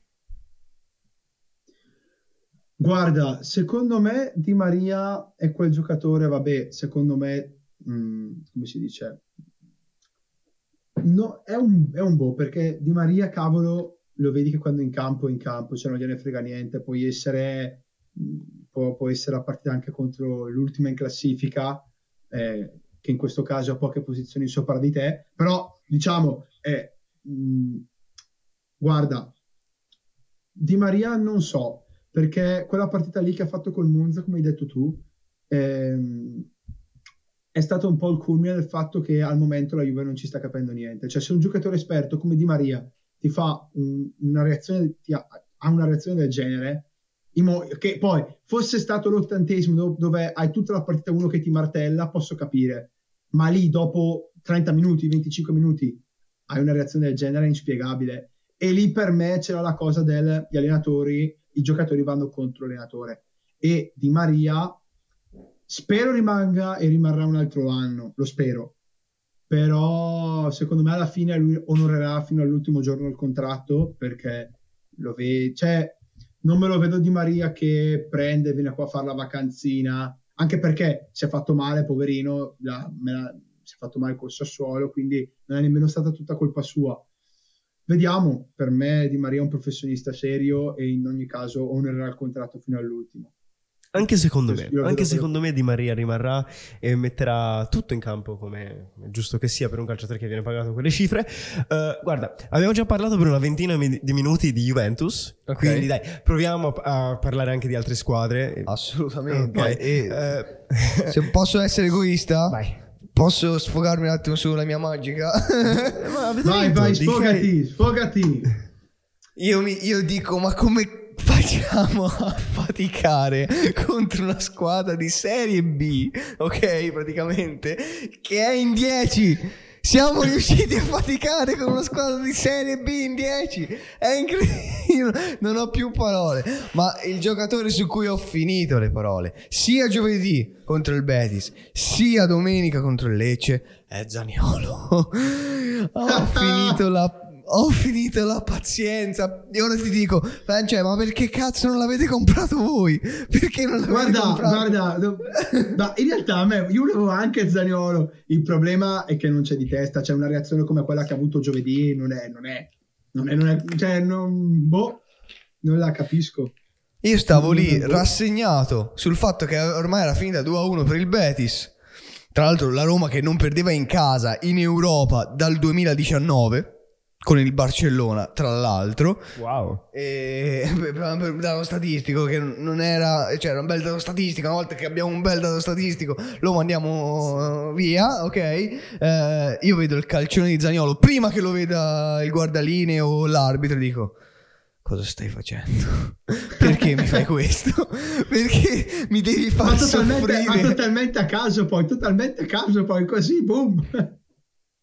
S5: Guarda, secondo me Di Maria è quel giocatore, vabbè, secondo me mh, come si dice, no, è un, è un boh, perché Di Maria, cavolo, lo vedi che quando in campo è in campo, cioè non gliene frega niente. Puoi essere può, può essere la partita anche contro l'ultima in classifica, eh, che in questo caso ha poche posizioni sopra di te, però diciamo eh, mh, guarda, Di Maria non so, perché quella partita lì che ha fatto col Monza, come hai detto tu, ehm, è stato un po' il culmine del fatto che al momento la Juve non ci sta capendo niente. Cioè, se un giocatore esperto come Di Maria ti fa un, una reazione, ti ha, ha una reazione del genere, mo- che poi fosse stato l'ottantesimo do- dove hai tutta la partita uno che ti martella, posso capire, ma lì dopo trenta minuti, venticinque minuti hai una reazione del genere, è inspiegabile. E lì per me c'era la cosa degli allenatori, i giocatori vanno contro l'allenatore, e Di Maria spero rimanga e rimarrà un altro anno, lo spero, però secondo me alla fine lui onorerà fino all'ultimo giorno il contratto, perché lo vede, cioè non me lo vedo Di Maria che prende, viene qua a fare la vacanzina, anche perché si è fatto male, poverino, la, me la, si è fatto male col Sassuolo, quindi non è nemmeno stata tutta colpa sua. Vediamo, per me Di Maria è un professionista serio e in ogni caso onorerà il contratto fino all'ultimo.
S6: Anche secondo me, anche secondo me Di Maria rimarrà e metterà tutto in campo, come è giusto che sia per un calciatore che viene pagato quelle cifre. Uh, guarda, abbiamo già parlato per una ventina di minuti di Juventus, okay. Quindi dai, proviamo a, a parlare anche di altre squadre.
S4: Assolutamente.
S6: Okay.
S4: E, uh, se posso essere egoista, vai. Posso sfogarmi un attimo sulla mia magica?
S5: Vai, detto, vai, sfogati, sfogati.
S4: Io, mi, io dico, ma come facciamo a faticare contro una squadra di Serie B, ok, praticamente, che è in dieci? Siamo riusciti a faticare con una squadra di Serie B in dieci. È incredibile, non ho più parole. Ma il giocatore su cui ho finito le parole, sia giovedì contro il Betis, sia domenica contro il Lecce, è Zaniolo. Ho finito la Ho finito la pazienza. E ora ti dico, cioè, ma perché cazzo non l'avete comprato voi? Perché non l'avete
S5: guarda,
S4: comprato?
S5: Guarda, ma in realtà a me, io volevo anche Zaniolo. Il problema è che non c'è di testa. C'è una reazione come quella che ha avuto giovedì. Non è, non è, non è, non è cioè, non, boh, non la capisco.
S4: Io stavo non lì rassegnato sul fatto che ormai era finita due a uno per il Betis. Tra l'altro la Roma che non perdeva in casa in Europa dal duemiladiciannove con il Barcellona, tra l'altro.
S6: Wow.
S4: E per dato statistico che non era, cioè era un bel dato statistico. Una volta che abbiamo un bel dato statistico lo mandiamo via, ok? Eh, io vedo il calcione di Zaniolo prima che lo veda il guardalinee o l'arbitro, dico: cosa stai facendo? Perché mi fai questo? Perché mi devi far
S5: ma totalmente,
S4: soffrire?
S5: Ma totalmente a caso poi, totalmente a caso poi, così, boom.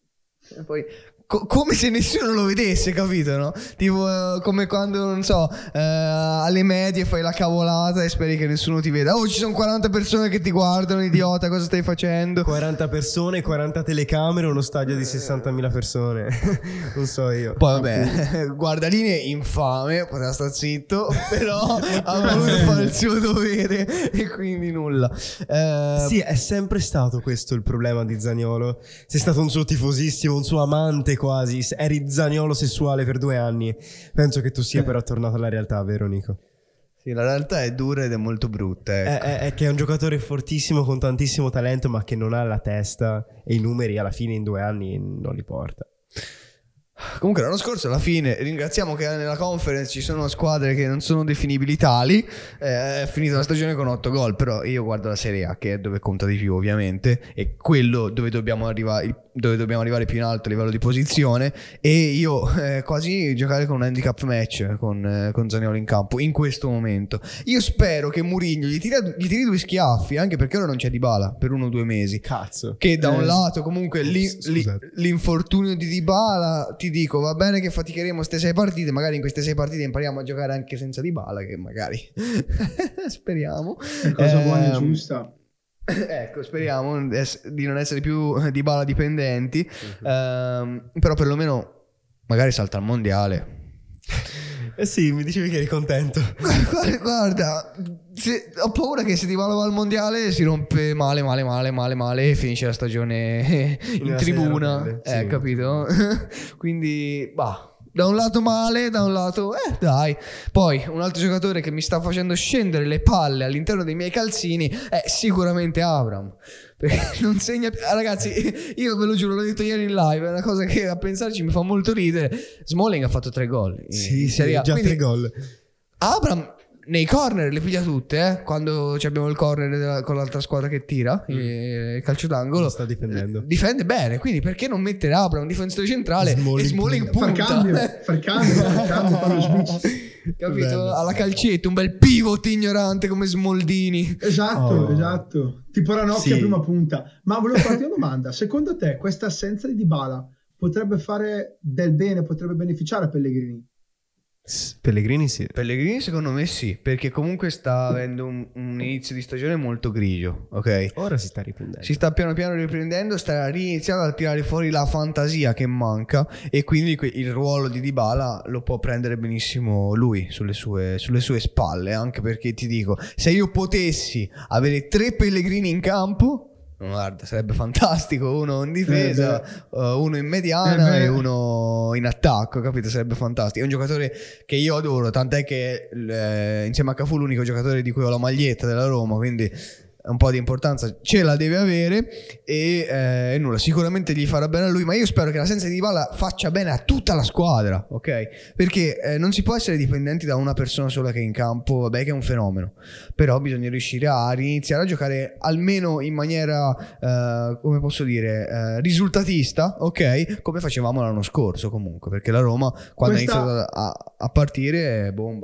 S4: E poi co- come se nessuno lo vedesse, capito, no? Tipo eh, come quando, non so, eh, alle medie fai la cavolata e speri che nessuno ti veda. Oh, ci sono quaranta persone che ti guardano, idiota, cosa stai facendo?
S6: quaranta persone, quaranta telecamere, uno stadio di sessantamila persone. Non so io.
S4: Poi vabbè, guardaline infame, poteva stare zitto, però ha voluto fare il suo dovere e quindi nulla. Eh,
S6: Sì, è sempre stato questo il problema di Zaniolo. Sei stato un suo tifosissimo, un suo amante quasi. Eri Zaniolo sessuale per due anni. Penso che tu sia però tornato alla realtà, vero Nico?
S4: Sì, la realtà è dura ed è molto brutta.
S6: È,
S4: Ecco.
S6: è- è che è un giocatore fortissimo con tantissimo talento, ma che non ha la testa e i numeri alla fine in due anni non li porta.
S4: Comunque l'anno scorso alla fine ringraziamo che nella conference ci sono squadre che non sono definibili tali. Eh, è finita la stagione con otto gol, però io guardo la Serie A, che è dove conta di più ovviamente, e quello dove dobbiamo arrivare, dove dobbiamo arrivare più in alto a livello di posizione. E io eh, quasi giocare con un handicap match con, eh, con Zaniolo in campo in questo momento. Io spero che Mourinho gli tiri, gli tiri due schiaffi, anche perché ora non c'è Dybala per uno o due mesi.
S6: Cazzo.
S4: Che da un
S5: Eh,
S4: lato comunque li-
S6: s-
S4: li-
S6: scusate.
S4: l'infortunio di Dybala, ti dico, va bene che faticheremo queste sei partite, magari in queste sei partite impariamo a giocare anche senza Dybala, che magari speriamo.
S5: È cosa buona e
S4: Ehm,
S5: giusta.
S4: Ecco, speriamo ess- di non essere più Dybala dipendenti. Ehm, però perlomeno magari salta al mondiale.
S6: Eh sì, mi dicevi che eri contento.
S4: Guarda, guarda, se- ho paura che se Dybala va al mondiale si rompe male, male, male, male, male e finisce la stagione in
S6: Nella
S4: tribuna.
S6: serie
S4: Eh,
S6: sì.
S4: capito? Quindi, bah. Da un lato male, da un lato, eh dai. Poi un altro giocatore che mi sta facendo scendere le palle all'interno dei miei calzini è sicuramente Abraham. Perché non segna più. Ah, ragazzi, io ve lo giuro, l'ho detto ieri in live, è una cosa che a pensarci mi fa molto ridere. Smalling ha fatto tre gol in-
S6: Sì,
S4: in
S6: sì,
S4: Serie A.
S6: già
S4: Quindi
S6: tre gol.
S4: Abraham nei corner le piglia tutte, eh? Quando ci abbiamo il corner della- con l'altra squadra che tira, eh, il calcio d'angolo.
S6: Lo sta difendendo.
S4: eh, Difende bene, quindi perché non mettere Abraham, un difensore centrale,
S6: Smalling
S4: e Smalling
S6: punta.
S5: Far
S4: punta?
S5: cambio, far cambio, far cambio, fare lo switch.
S4: Capito?
S6: Bello.
S4: Alla calcetto, un bel pivot ignorante come Smaldini.
S5: Esatto,
S6: Oh.
S5: esatto. Tipo Ranocchia
S6: Sì.
S5: a prima punta. Ma volevo farti una domanda. Secondo te questa assenza di Dybala potrebbe fare del bene, potrebbe beneficiare a Pellegrini?
S6: S- Pellegrini sì.
S4: Pellegrini secondo me sì, perché comunque sta avendo un, un inizio di stagione molto grigio, ok?
S6: Ora si sta riprendendo.
S4: Si sta piano piano riprendendo, sta riniziando a tirare fuori la fantasia che manca e quindi que- il ruolo di Dybala lo può prendere benissimo lui sulle sue, sulle sue spalle, anche perché ti dico, se io potessi avere tre Pellegrini in campo, guarda, sarebbe fantastico, uno in difesa, uh, uno in mediana
S5: Eh beh.
S4: e uno in attacco, capito? Sarebbe fantastico. È un giocatore che io adoro, tant'è che eh, insieme a Cafu l'unico giocatore di cui ho la maglietta della Roma, quindi un po' di importanza ce la deve avere e, eh, e nulla, sicuramente gli farà bene a lui, ma io spero che l'assenza di Dybala faccia bene a tutta la squadra, ok? Perché eh, non si può essere dipendenti da una persona sola che è in campo, vabbè che è un fenomeno, però bisogna riuscire a riniziare a giocare almeno in maniera eh, come posso dire eh, risultatista, ok? Come facevamo l'anno scorso comunque, perché la Roma quando
S5: Questa-
S4: ha iniziato a, a partire è bomba.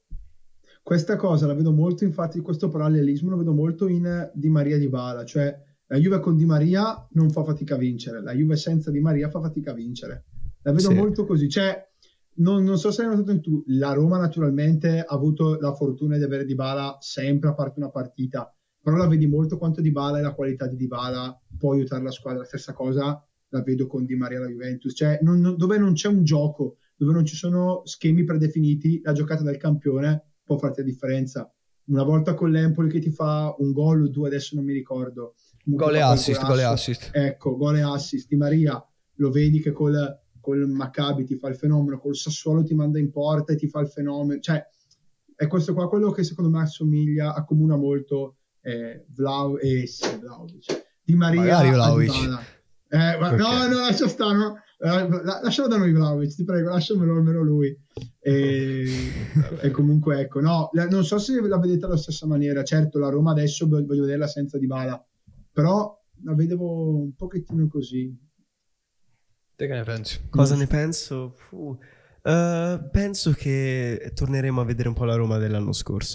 S5: Questa cosa la vedo molto, infatti questo parallelismo lo vedo molto in Di Maria Dybala, cioè la Juve con Di Maria non fa fatica a vincere, la Juve senza Di Maria fa fatica a vincere. La vedo
S6: Sì.
S5: molto così, cioè non, non so se hai notato tu, la Roma naturalmente ha avuto la fortuna di avere Dybala sempre a parte una partita, però la vedi molto quanto Dybala e la qualità di Dybala può aiutare la squadra. La stessa cosa la vedo con Di Maria alla Juventus, cioè non- non- dove non c'è un gioco, dove non ci sono schemi predefiniti, la giocata del campione può farti la differenza. Una volta con l'Empoli che ti fa un gol o due, adesso non mi ricordo. Comunque
S4: Gol e
S5: fa quel
S4: assist,
S5: golasso.
S4: gol e assist.
S5: Ecco, gol e assist. Di Maria lo vedi che col, col Maccabi ti fa il fenomeno, col Sassuolo ti manda in porta e ti fa il fenomeno. Cioè, è questo qua quello che secondo me assomiglia, accomuna molto eh, Vlau e sì, Vlahovic. Di Maria
S4: Magari
S5: a
S4: Vlahovic.
S5: Dybala. Eh, ma- no, no, lascia stare, no. Eh, la- lascialo da noi Vlahovic, ti prego, lasciamelo almeno lui. E, e comunque ecco, no, la- non so se la vedete alla stessa maniera. Certo, la Roma adesso voglio voglio vederla senza Dybala, però la vedevo un pochettino così.
S4: Te che ne pensi?
S6: Cosa ne penso? Fu- eh, penso che torneremo a vedere un po' la Roma dell'anno scorso. Più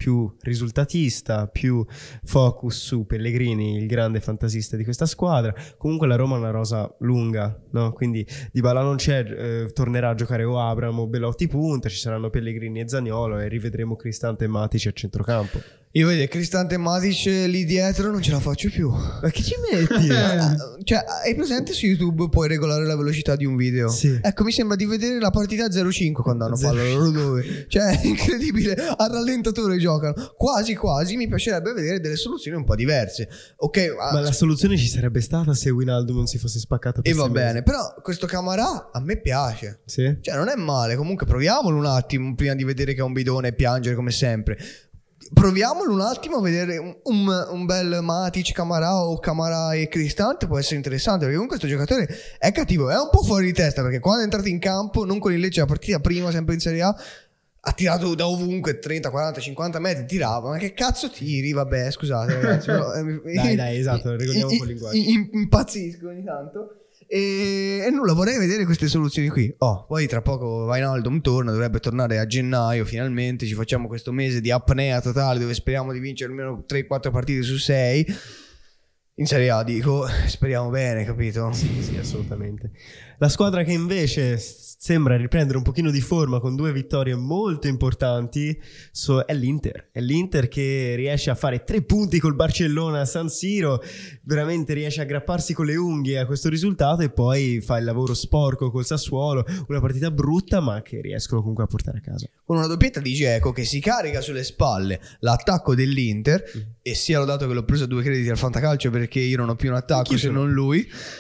S6: più risultatista, più focus su Pellegrini, il grande fantasista di questa squadra. Comunque la Roma ha una rosa lunga, no? Quindi Dybala non c'è, eh, tornerà a giocare o Abramo o Belotti punta, ci saranno Pellegrini e Zaniolo e rivedremo Cristante e Matic a centrocampo.
S4: Io vedo Cristante e Matic lì dietro, non ce la faccio più.
S6: Ma che ci metti?
S4: Cioè, hai presente su YouTube puoi regolare la velocità di un video?
S6: Sì.
S4: Ecco, mi sembra di vedere la partita a zero cinque quando hanno
S6: Zero.
S4: palla loro due. Cioè, è incredibile. Al rallentatore giocano. Quasi quasi mi piacerebbe vedere delle soluzioni un po' diverse. Ok,
S6: Ma la soluzione ci sarebbe stata se Wijnaldum non si fosse spaccato per
S4: e va
S6: sei mesi.
S4: bene, però questo Camarà a me piace.
S6: Sì?
S4: Cioè, non è male. Comunque proviamolo un attimo prima di vedere che è un bidone e piangere come sempre. Proviamolo un attimo a vedere un, un, un bel Matic, Camarà o Camarà e Cristante può essere interessante, perché comunque questo giocatore è cattivo, è un po' fuori di testa, perché quando è entrato in campo, non con il Lecce la partita prima, sempre in Serie A, ha tirato da ovunque trenta, quaranta, cinquanta metri, tirava, ma che cazzo tiri? Vabbè, scusate ragazzi, però, eh,
S6: Dai, dai, esatto, regoliamo un po' il linguaggio.
S4: i- impazzisco ogni tanto. E, e nulla, vorrei vedere queste soluzioni qui. Oh, poi tra poco Wijnaldum torna, dovrebbe tornare a gennaio finalmente. Ci facciamo questo mese di apnea totale dove speriamo di vincere almeno tre quattro partite su sei in Serie A, dico, speriamo bene, capito?
S6: Sì, sì, assolutamente. La squadra che invece sembra riprendere un pochino di forma con due vittorie molto importanti so, è l'Inter. È l'Inter che riesce a fare tre punti col Barcellona a San Siro, veramente riesce a aggrapparsi con le unghie a questo risultato e poi fa il lavoro sporco col Sassuolo, una partita brutta ma che riescono comunque a portare a casa.
S4: Con una doppietta di Dzeko che si carica sulle spalle l'attacco dell'Inter
S6: Mm.
S4: e sia lodato che l'ho preso due crediti al Fantacalcio perché io non ho più un attacco
S6: Anch'io
S4: se
S6: ce l'ho.
S4: non lui.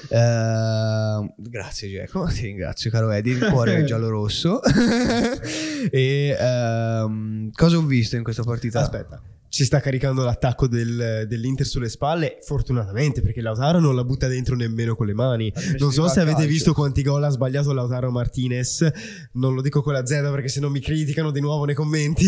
S4: Eh, grazie Dzeko, ti ringrazio caro Eddie, il cuore è giallo-rosso. E ehm, cosa ho visto in questa partita?
S6: Aspetta, ci sta caricando l'attacco del- dell'Inter sulle spalle, fortunatamente, perché Lautaro non la butta dentro nemmeno con le mani. Non so se avete visto quanti gol ha sbagliato Lautaro Martinez, non lo dico con la Z perché se no mi criticano di nuovo nei commenti.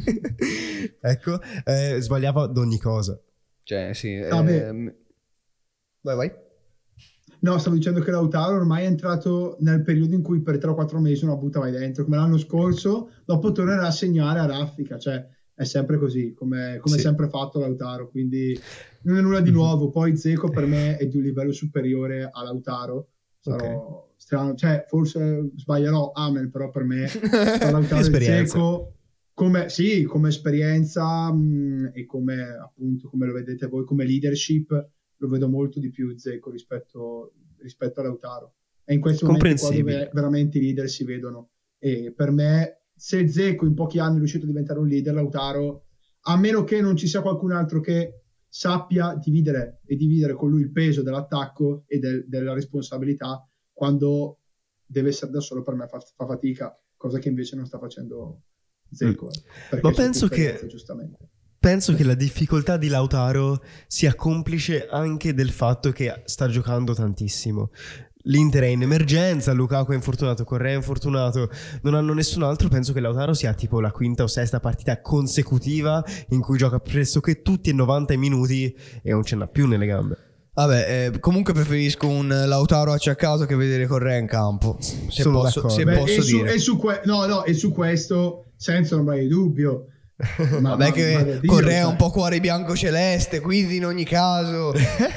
S6: Ecco, eh, sbagliava ad ogni cosa.
S4: Cioè sì,
S5: Vabbè.
S4: ehm, vai vai.
S5: No, stavo dicendo che Lautaro ormai è entrato nel periodo in cui per tre o quattro mesi non butta mai dentro, come l'anno scorso, dopo tornerà a segnare a raffica, cioè è sempre così, come, come
S6: Sì.
S5: sempre fatto Lautaro, quindi non è nulla di nuovo. Poi Dzeko per me è di un livello superiore a Lautaro, sarò strano, cioè forse sbaglierò, amen, però per me tra Lautaro e
S6: Esperienza.
S5: Dzeko come, sì, come esperienza mh, e come appunto come lo vedete voi, come leadership lo vedo molto di più Dzeko rispetto, rispetto a Lautaro. E in questo momento qua
S6: Comprensibile.
S5: dove veramente i leader si vedono. E per me, se Dzeko in pochi anni è riuscito a diventare un leader, Lautaro, a meno che non ci sia qualcun altro che sappia dividere e dividere con lui il peso dell'attacco e del- della responsabilità, quando deve essere da solo, per me fa, fa fatica, cosa che invece non sta facendo Dzeko. eh, perché
S6: Ma
S5: c'ha
S6: penso
S5: più
S6: che-
S5: esperienza, giustamente.
S6: Penso che la difficoltà di Lautaro sia complice anche del fatto che sta giocando tantissimo. L'Inter è in emergenza, Lukaku è infortunato, Correa è infortunato, non hanno nessun altro. Penso che Lautaro sia tipo la quinta o sesta partita consecutiva in cui gioca pressoché tutti i novanta minuti e non ce n'ha più nelle gambe.
S4: Vabbè, eh, comunque preferisco un Lautaro acciaccato che vedere Correa in campo. Se
S6: Sono
S4: posso,
S6: d'accordo.
S4: se
S5: Beh,
S4: posso
S5: e su,
S4: dire.
S5: e su que- no, no, e su questo senza ombra di dubbio. Ma,
S4: Vabbè
S5: ma-
S4: che
S5: ma da Dio,
S4: Correa è
S5: cioè.
S4: un po' cuore bianco-celeste, quindi in ogni caso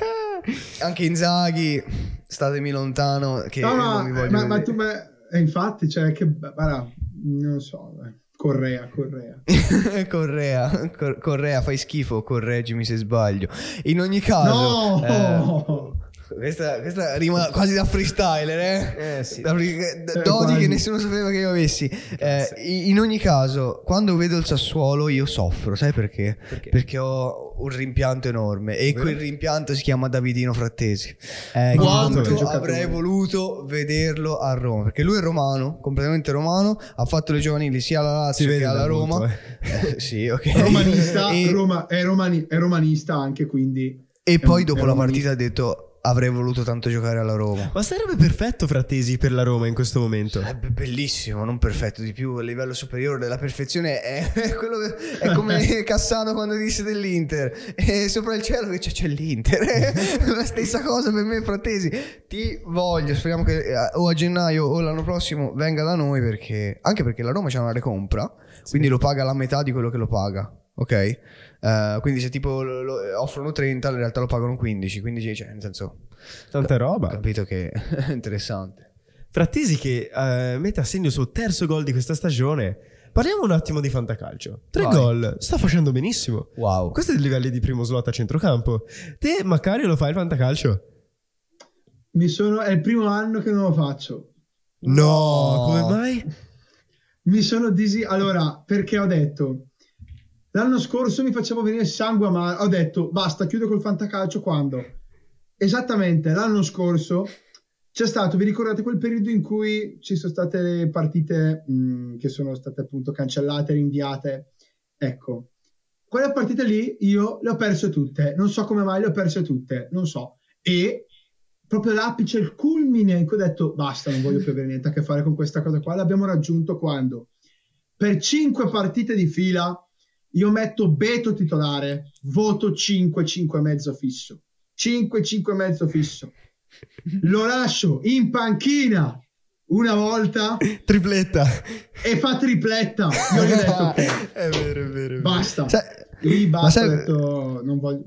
S4: anche Inzaghi statemi lontano che
S5: No,
S4: non mi
S5: ma,
S4: voglio
S5: ma, ma
S4: vedere.
S5: tu, ma, e infatti, cioè, che, guarda, non so, eh, Correa, Correa.
S4: Correa, Cor- Correa, fai schifo, correggimi se sbaglio. In ogni caso,
S5: No!
S4: eh, questa, questa rima quasi da freestyler, eh?
S6: Eh, sì.
S4: Da free- da-
S5: Eh,
S4: doti
S5: quasi.
S4: che nessuno sapeva che io avessi. Eh, in ogni caso, quando vedo il Sassuolo, io soffro, sai perché?
S6: Perché?
S4: Perché ho un rimpianto enorme e
S6: Ovvero?
S4: quel rimpianto si chiama Davidino Frattesi.
S6: Eh,
S4: Quanto
S6: giocatore.
S5: giocatore.
S4: avrei voluto vederlo a Roma, perché lui è romano, completamente romano, ha fatto le giovanili sia alla Lazio
S6: Si vede
S4: che alla
S6: da
S4: Roma.
S6: molto,
S4: Eh, sì, ok.
S5: Romanista,
S4: e,
S5: Roma, è, romani- è romanista anche, quindi...
S4: e poi
S5: è-
S4: dopo
S5: è
S4: la
S5: romanista.
S4: partita ha detto avrei voluto tanto giocare alla Roma.
S6: Ma sarebbe perfetto Frattesi per la Roma in questo momento.
S4: È be- bellissimo, non perfetto, di più a livello superiore della perfezione è, è quello che- è come Cassano quando disse dell'Inter e sopra il cielo che c'è, c'è l'Inter. La stessa cosa per me Frattesi. Ti voglio, speriamo che eh, o a gennaio o l'anno prossimo venga da noi, perché anche perché la Roma c'ha una recompra, quindi lo paga la metà di quello che lo paga. ok? Uh, quindi se tipo lo, lo offrono trenta, in realtà lo pagano quindici, quindi cioè, nel senso,
S6: tanta roba.
S4: ho capito che è interessante.
S6: Frattesi che uh, mette a segno il suo terzo gol di questa stagione. Parliamo un attimo di fantacalcio. Tre
S4: Vai.
S6: gol, sta facendo benissimo.
S4: Wow.
S6: Questo è il livello di primo slot a centrocampo. Te, Macario, lo fai il fantacalcio?
S5: Mi sono, è il primo anno che non lo faccio.
S6: No,
S4: No.
S6: come mai?
S5: Mi sono disi... Allora, perché ho detto... L'anno scorso mi facevo venire sangue a mano. Ho detto, basta, chiudo col fantacalcio quando? Esattamente, l'anno scorso c'è stato, vi ricordate quel periodo in cui ci sono state le partite mh, che sono state appunto cancellate, rinviate? Ecco, quelle partite lì io le ho perse tutte. Non so come mai le ho perse tutte, non so. E proprio l'apice, il culmine in cui ho detto, basta, non voglio più avere niente a che fare con questa cosa qua. L'abbiamo raggiunto quando? Per cinque partite di fila io metto Beto titolare, voto cinque, cinque e mezzo fisso. cinque, cinque e mezzo fisso. Lo lascio in panchina una volta
S6: Tripletta.
S5: e fa tripletta. Io gli ho detto, ok,
S6: È vero, è vero. È vero.
S5: basta.
S4: Sai,
S5: Lì
S4: ma
S5: basta,
S4: sai-
S5: ho detto, non voglio...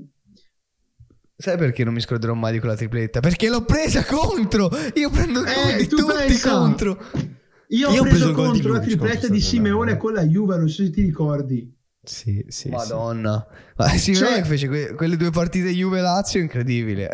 S4: sai perché non mi scorderò mai di quella tripletta? Perché l'ho presa contro. Io prendo
S5: Eh,
S4: tutti,
S5: tu
S4: tutti
S5: pensa.
S4: contro.
S5: Io ho
S6: Io ho preso
S5: preso
S6: il gol di
S5: contro la
S6: Lukic
S5: tripletta
S6: contro
S5: di
S6: Sassuolo.
S5: Simeone con la Juve, non so se ti ricordi.
S6: Sì, sì.
S4: Madonna. Ma Simeone
S5: Cioè-
S4: fece que- quelle due partite Juve-Lazio, incredibile.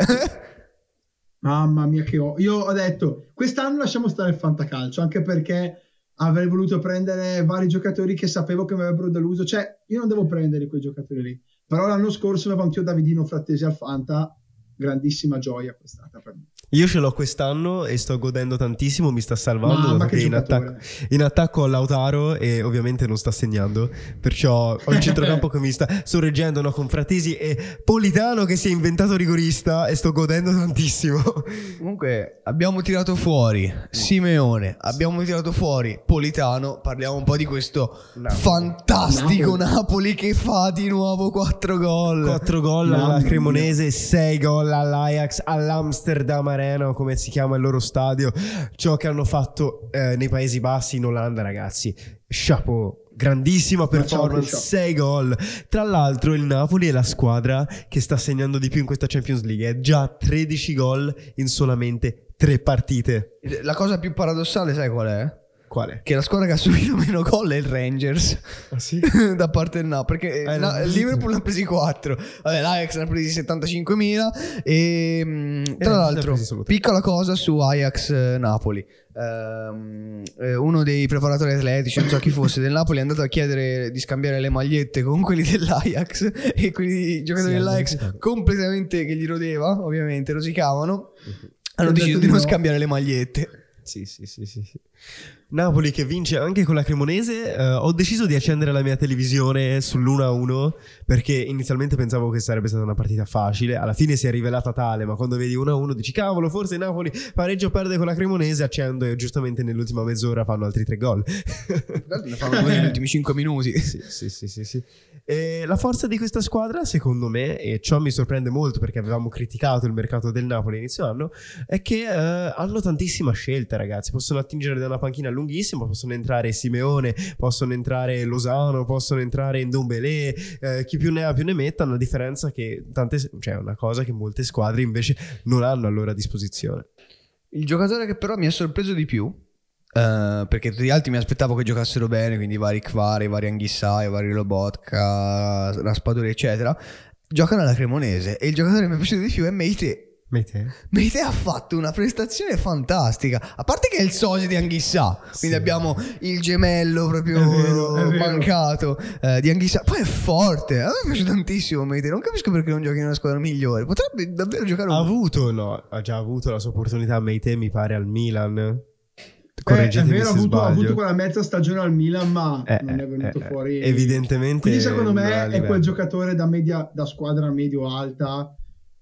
S5: Mamma mia che ho... Io ho detto, quest'anno lasciamo stare il fantacalcio, anche perché avrei voluto prendere vari giocatori che sapevo che mi avrebbero deluso. Cioè, io non devo prendere quei giocatori lì. Però l'anno scorso avevo anch'io Davidino Frattesi al Fanta, grandissima gioia quest'anno per me.
S6: Io ce l'ho quest'anno e sto godendo tantissimo, mi sta salvando,
S5: Mamma,
S6: dato
S5: che
S6: che in
S5: giocatore.
S6: attacco, in attacco ho Lautaro e ovviamente non sta segnando, perciò ho il centrocampo che mi sta sorreggendo, no, con Frattesi e Politano che si è inventato rigorista e sto godendo tantissimo.
S4: Comunque abbiamo tirato fuori Simeone, abbiamo tirato fuori Politano. Parliamo un po' di questo fantastico Napoli. che fa di nuovo quattro gol.
S6: quattro gol
S5: Mamma
S6: alla
S5: mia.
S6: Cremonese, sei gol all'Ajax, all'Amsterdam Arena, come si chiama il loro stadio. Ciò che hanno fatto eh, nei Paesi Bassi, in Olanda, ragazzi, chapeau, grandissima performance,
S5: ciao.
S6: sei gol. Tra l'altro il Napoli è la squadra che sta segnando di più in questa Champions League, è già tredici gol in solamente tre partite.
S4: La cosa più paradossale, sai qual è?
S6: Quale?
S4: Che la squadra che ha subito meno gol è il Rangers.
S6: Ah, sì?
S4: Da parte del Napoli, perché
S6: Eh,
S4: no,
S6: non
S4: il
S6: so.
S4: Liverpool ne ha presi quattro. Vabbè, l'Ajax ne ha presi settantacinquemila. E mh, tra
S6: ne ha
S4: l'altro,
S6: presi solo tre.
S4: piccola cosa su Ajax eh, Napoli. Ehm, eh, uno dei preparatori atletici, non so chi fosse, del Napoli è andato a chiedere di scambiare le magliette con quelli dell'Ajax. E quindi i giocatori
S6: Sì,
S4: dell'Ajax,
S6: addirittura.
S4: completamente che gli rodeva, ovviamente, rosicavano. Hanno
S5: Ho
S4: deciso
S5: detto
S4: di
S5: di
S4: non
S5: no.
S4: scambiare le magliette.
S6: Sì, sì, sì, sì, sì. Napoli che vince anche con la Cremonese. Eh, ho deciso di accendere la mia televisione sull'uno a uno perché inizialmente pensavo che sarebbe stata una partita facile. Alla fine si è rivelata tale, ma quando vedi uno a uno dici cavolo, forse Napoli pareggio o perde con la Cremonese. Accendo e giustamente nell'ultima mezz'ora fanno altri tre gol.
S4: Ne fanno due negli ultimi cinque minuti.
S6: Sì, sì, sì, sì, sì. E la forza di questa squadra, secondo me, e ciò mi sorprende molto perché avevamo criticato il mercato del Napoli a inizio anno, è che eh, hanno tantissima scelta, ragazzi. Possono attingere da una panchina lunghissima, possono entrare Simeone, possono entrare Lozano, possono entrare Ndombele, eh, chi più ne ha più ne metta. La differenza che tante, cioè una cosa che molte squadre invece non hanno a loro a disposizione.
S4: Il giocatore che però mi ha sorpreso di più, eh, perché tutti gli altri mi aspettavo che giocassero bene, quindi i vari Kvara, i vari Anghissà, i vari Lobotka, Raspadori eccetera, giocano alla Cremonese. E il giocatore che mi è piaciuto di più è Meite.
S6: Meite?
S4: Meite ha fatto una prestazione fantastica. A parte che è il socio di Anghissà, quindi
S6: Sì.
S4: abbiamo il gemello proprio
S5: È vero, è vero.
S4: mancato eh, di Anghissà. Poi è forte. A me piace tantissimo Meite. Non capisco perché non giochi in una squadra migliore. Potrebbe davvero giocare
S6: Ha
S4: un
S6: avuto, no, ha già avuto la sua opportunità. Meite mi pare al Milan.
S5: Eh, è
S6: Correggetemi
S5: vero, ha
S6: se
S5: avuto, ha
S6: sbaglio.
S5: avuto quella mezza stagione al Milan, ma
S6: Eh,
S5: non è
S6: eh,
S5: venuto
S6: eh,
S5: fuori.
S6: evidentemente
S5: Quindi secondo
S6: non
S5: me
S6: a
S5: è
S6: livello.
S5: quel giocatore da, media, da squadra medio-alta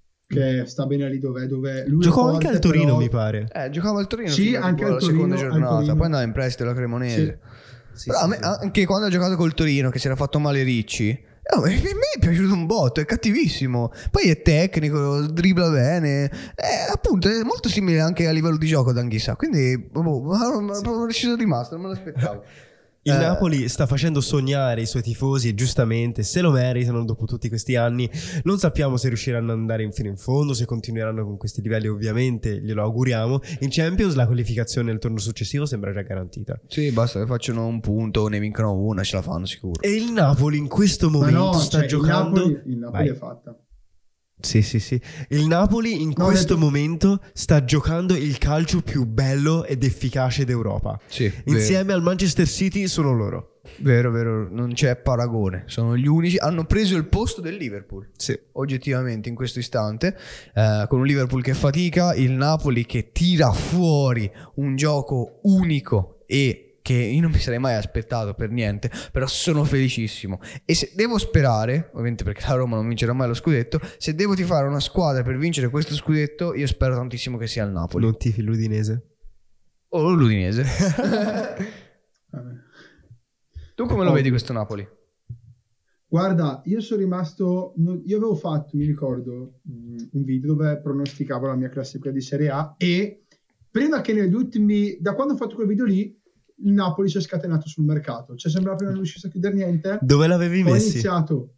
S5: che sta bene lì dove, dove lui è
S6: Giocò
S5: forte,
S6: anche al Torino,
S5: però-
S6: mi pare.
S4: Eh, giocava al Torino
S5: Sì,
S4: fino a
S5: anche
S4: tipo
S5: al
S4: la seconda
S5: Torino, al
S4: giornata,
S5: Torino.
S4: poi andava in prestito alla Cremonese.
S6: Sì,
S4: Però
S6: sì,
S4: a me,
S6: sì.
S4: anche quando ha giocato col Torino, che si era fatto male Ricci, eh, a me mi è piaciuto un botto, è cattivissimo. Poi è tecnico, dribbla bene. Eh, appunto, è molto simile anche a livello di gioco ad Anghissà. Quindi, boh, ma- ma- ma- sono rimasto, non me l'aspettavo.
S6: Il
S4: Eh.
S6: Napoli sta facendo sognare i suoi tifosi e giustamente se lo meritano dopo tutti questi anni. Non sappiamo se riusciranno ad andare fino in fondo, se continueranno con questi livelli, ovviamente glielo auguriamo. In Champions la qualificazione nel turno successivo sembra già garantita.
S4: Sì, basta che facciano un punto o ne vincono una, ce la fanno sicuro.
S6: E il Napoli in questo
S5: Ma
S6: momento
S5: no,
S6: sta
S5: cioè,
S6: giocando.
S5: il Napoli, il Napoli
S6: Vai.
S5: è fatta.
S6: Sì, sì, sì. Il Napoli in
S5: No, ho
S6: questo
S5: detto-
S6: momento sta giocando il calcio più bello ed efficace d'Europa.
S4: Sì,
S6: Insieme al Manchester City sono loro.
S4: Vero, vero, non c'è paragone. Sono gli unici. Hanno preso il posto del Liverpool.
S6: Sì.
S4: Oggettivamente in questo istante, eh, con un Liverpool che fatica, il Napoli che tira fuori un gioco unico e che io non mi sarei mai aspettato per niente, però sono felicissimo. E se devo sperare, ovviamente perché la Roma non vincerà mai lo scudetto, se devo tifare una squadra per vincere questo scudetto, io spero tantissimo che sia il Napoli
S6: Non tifi l'Udinese?
S4: o l'Udinese.
S5: Vabbè.
S4: Tu come lo vedi questo Napoli?
S5: Guarda, io sono rimasto. no- Io avevo fatto, mi ricordo, mh, un video dove pronosticavo la mia classifica di Serie A. E prima che negli ultimi. Da quando ho fatto quel video lì, il Napoli si è scatenato sul mercato. Cioè, sembrava che non riuscisse a chiudere niente.
S6: Dove l'avevi
S5: Ho
S6: messi?
S5: iniziato.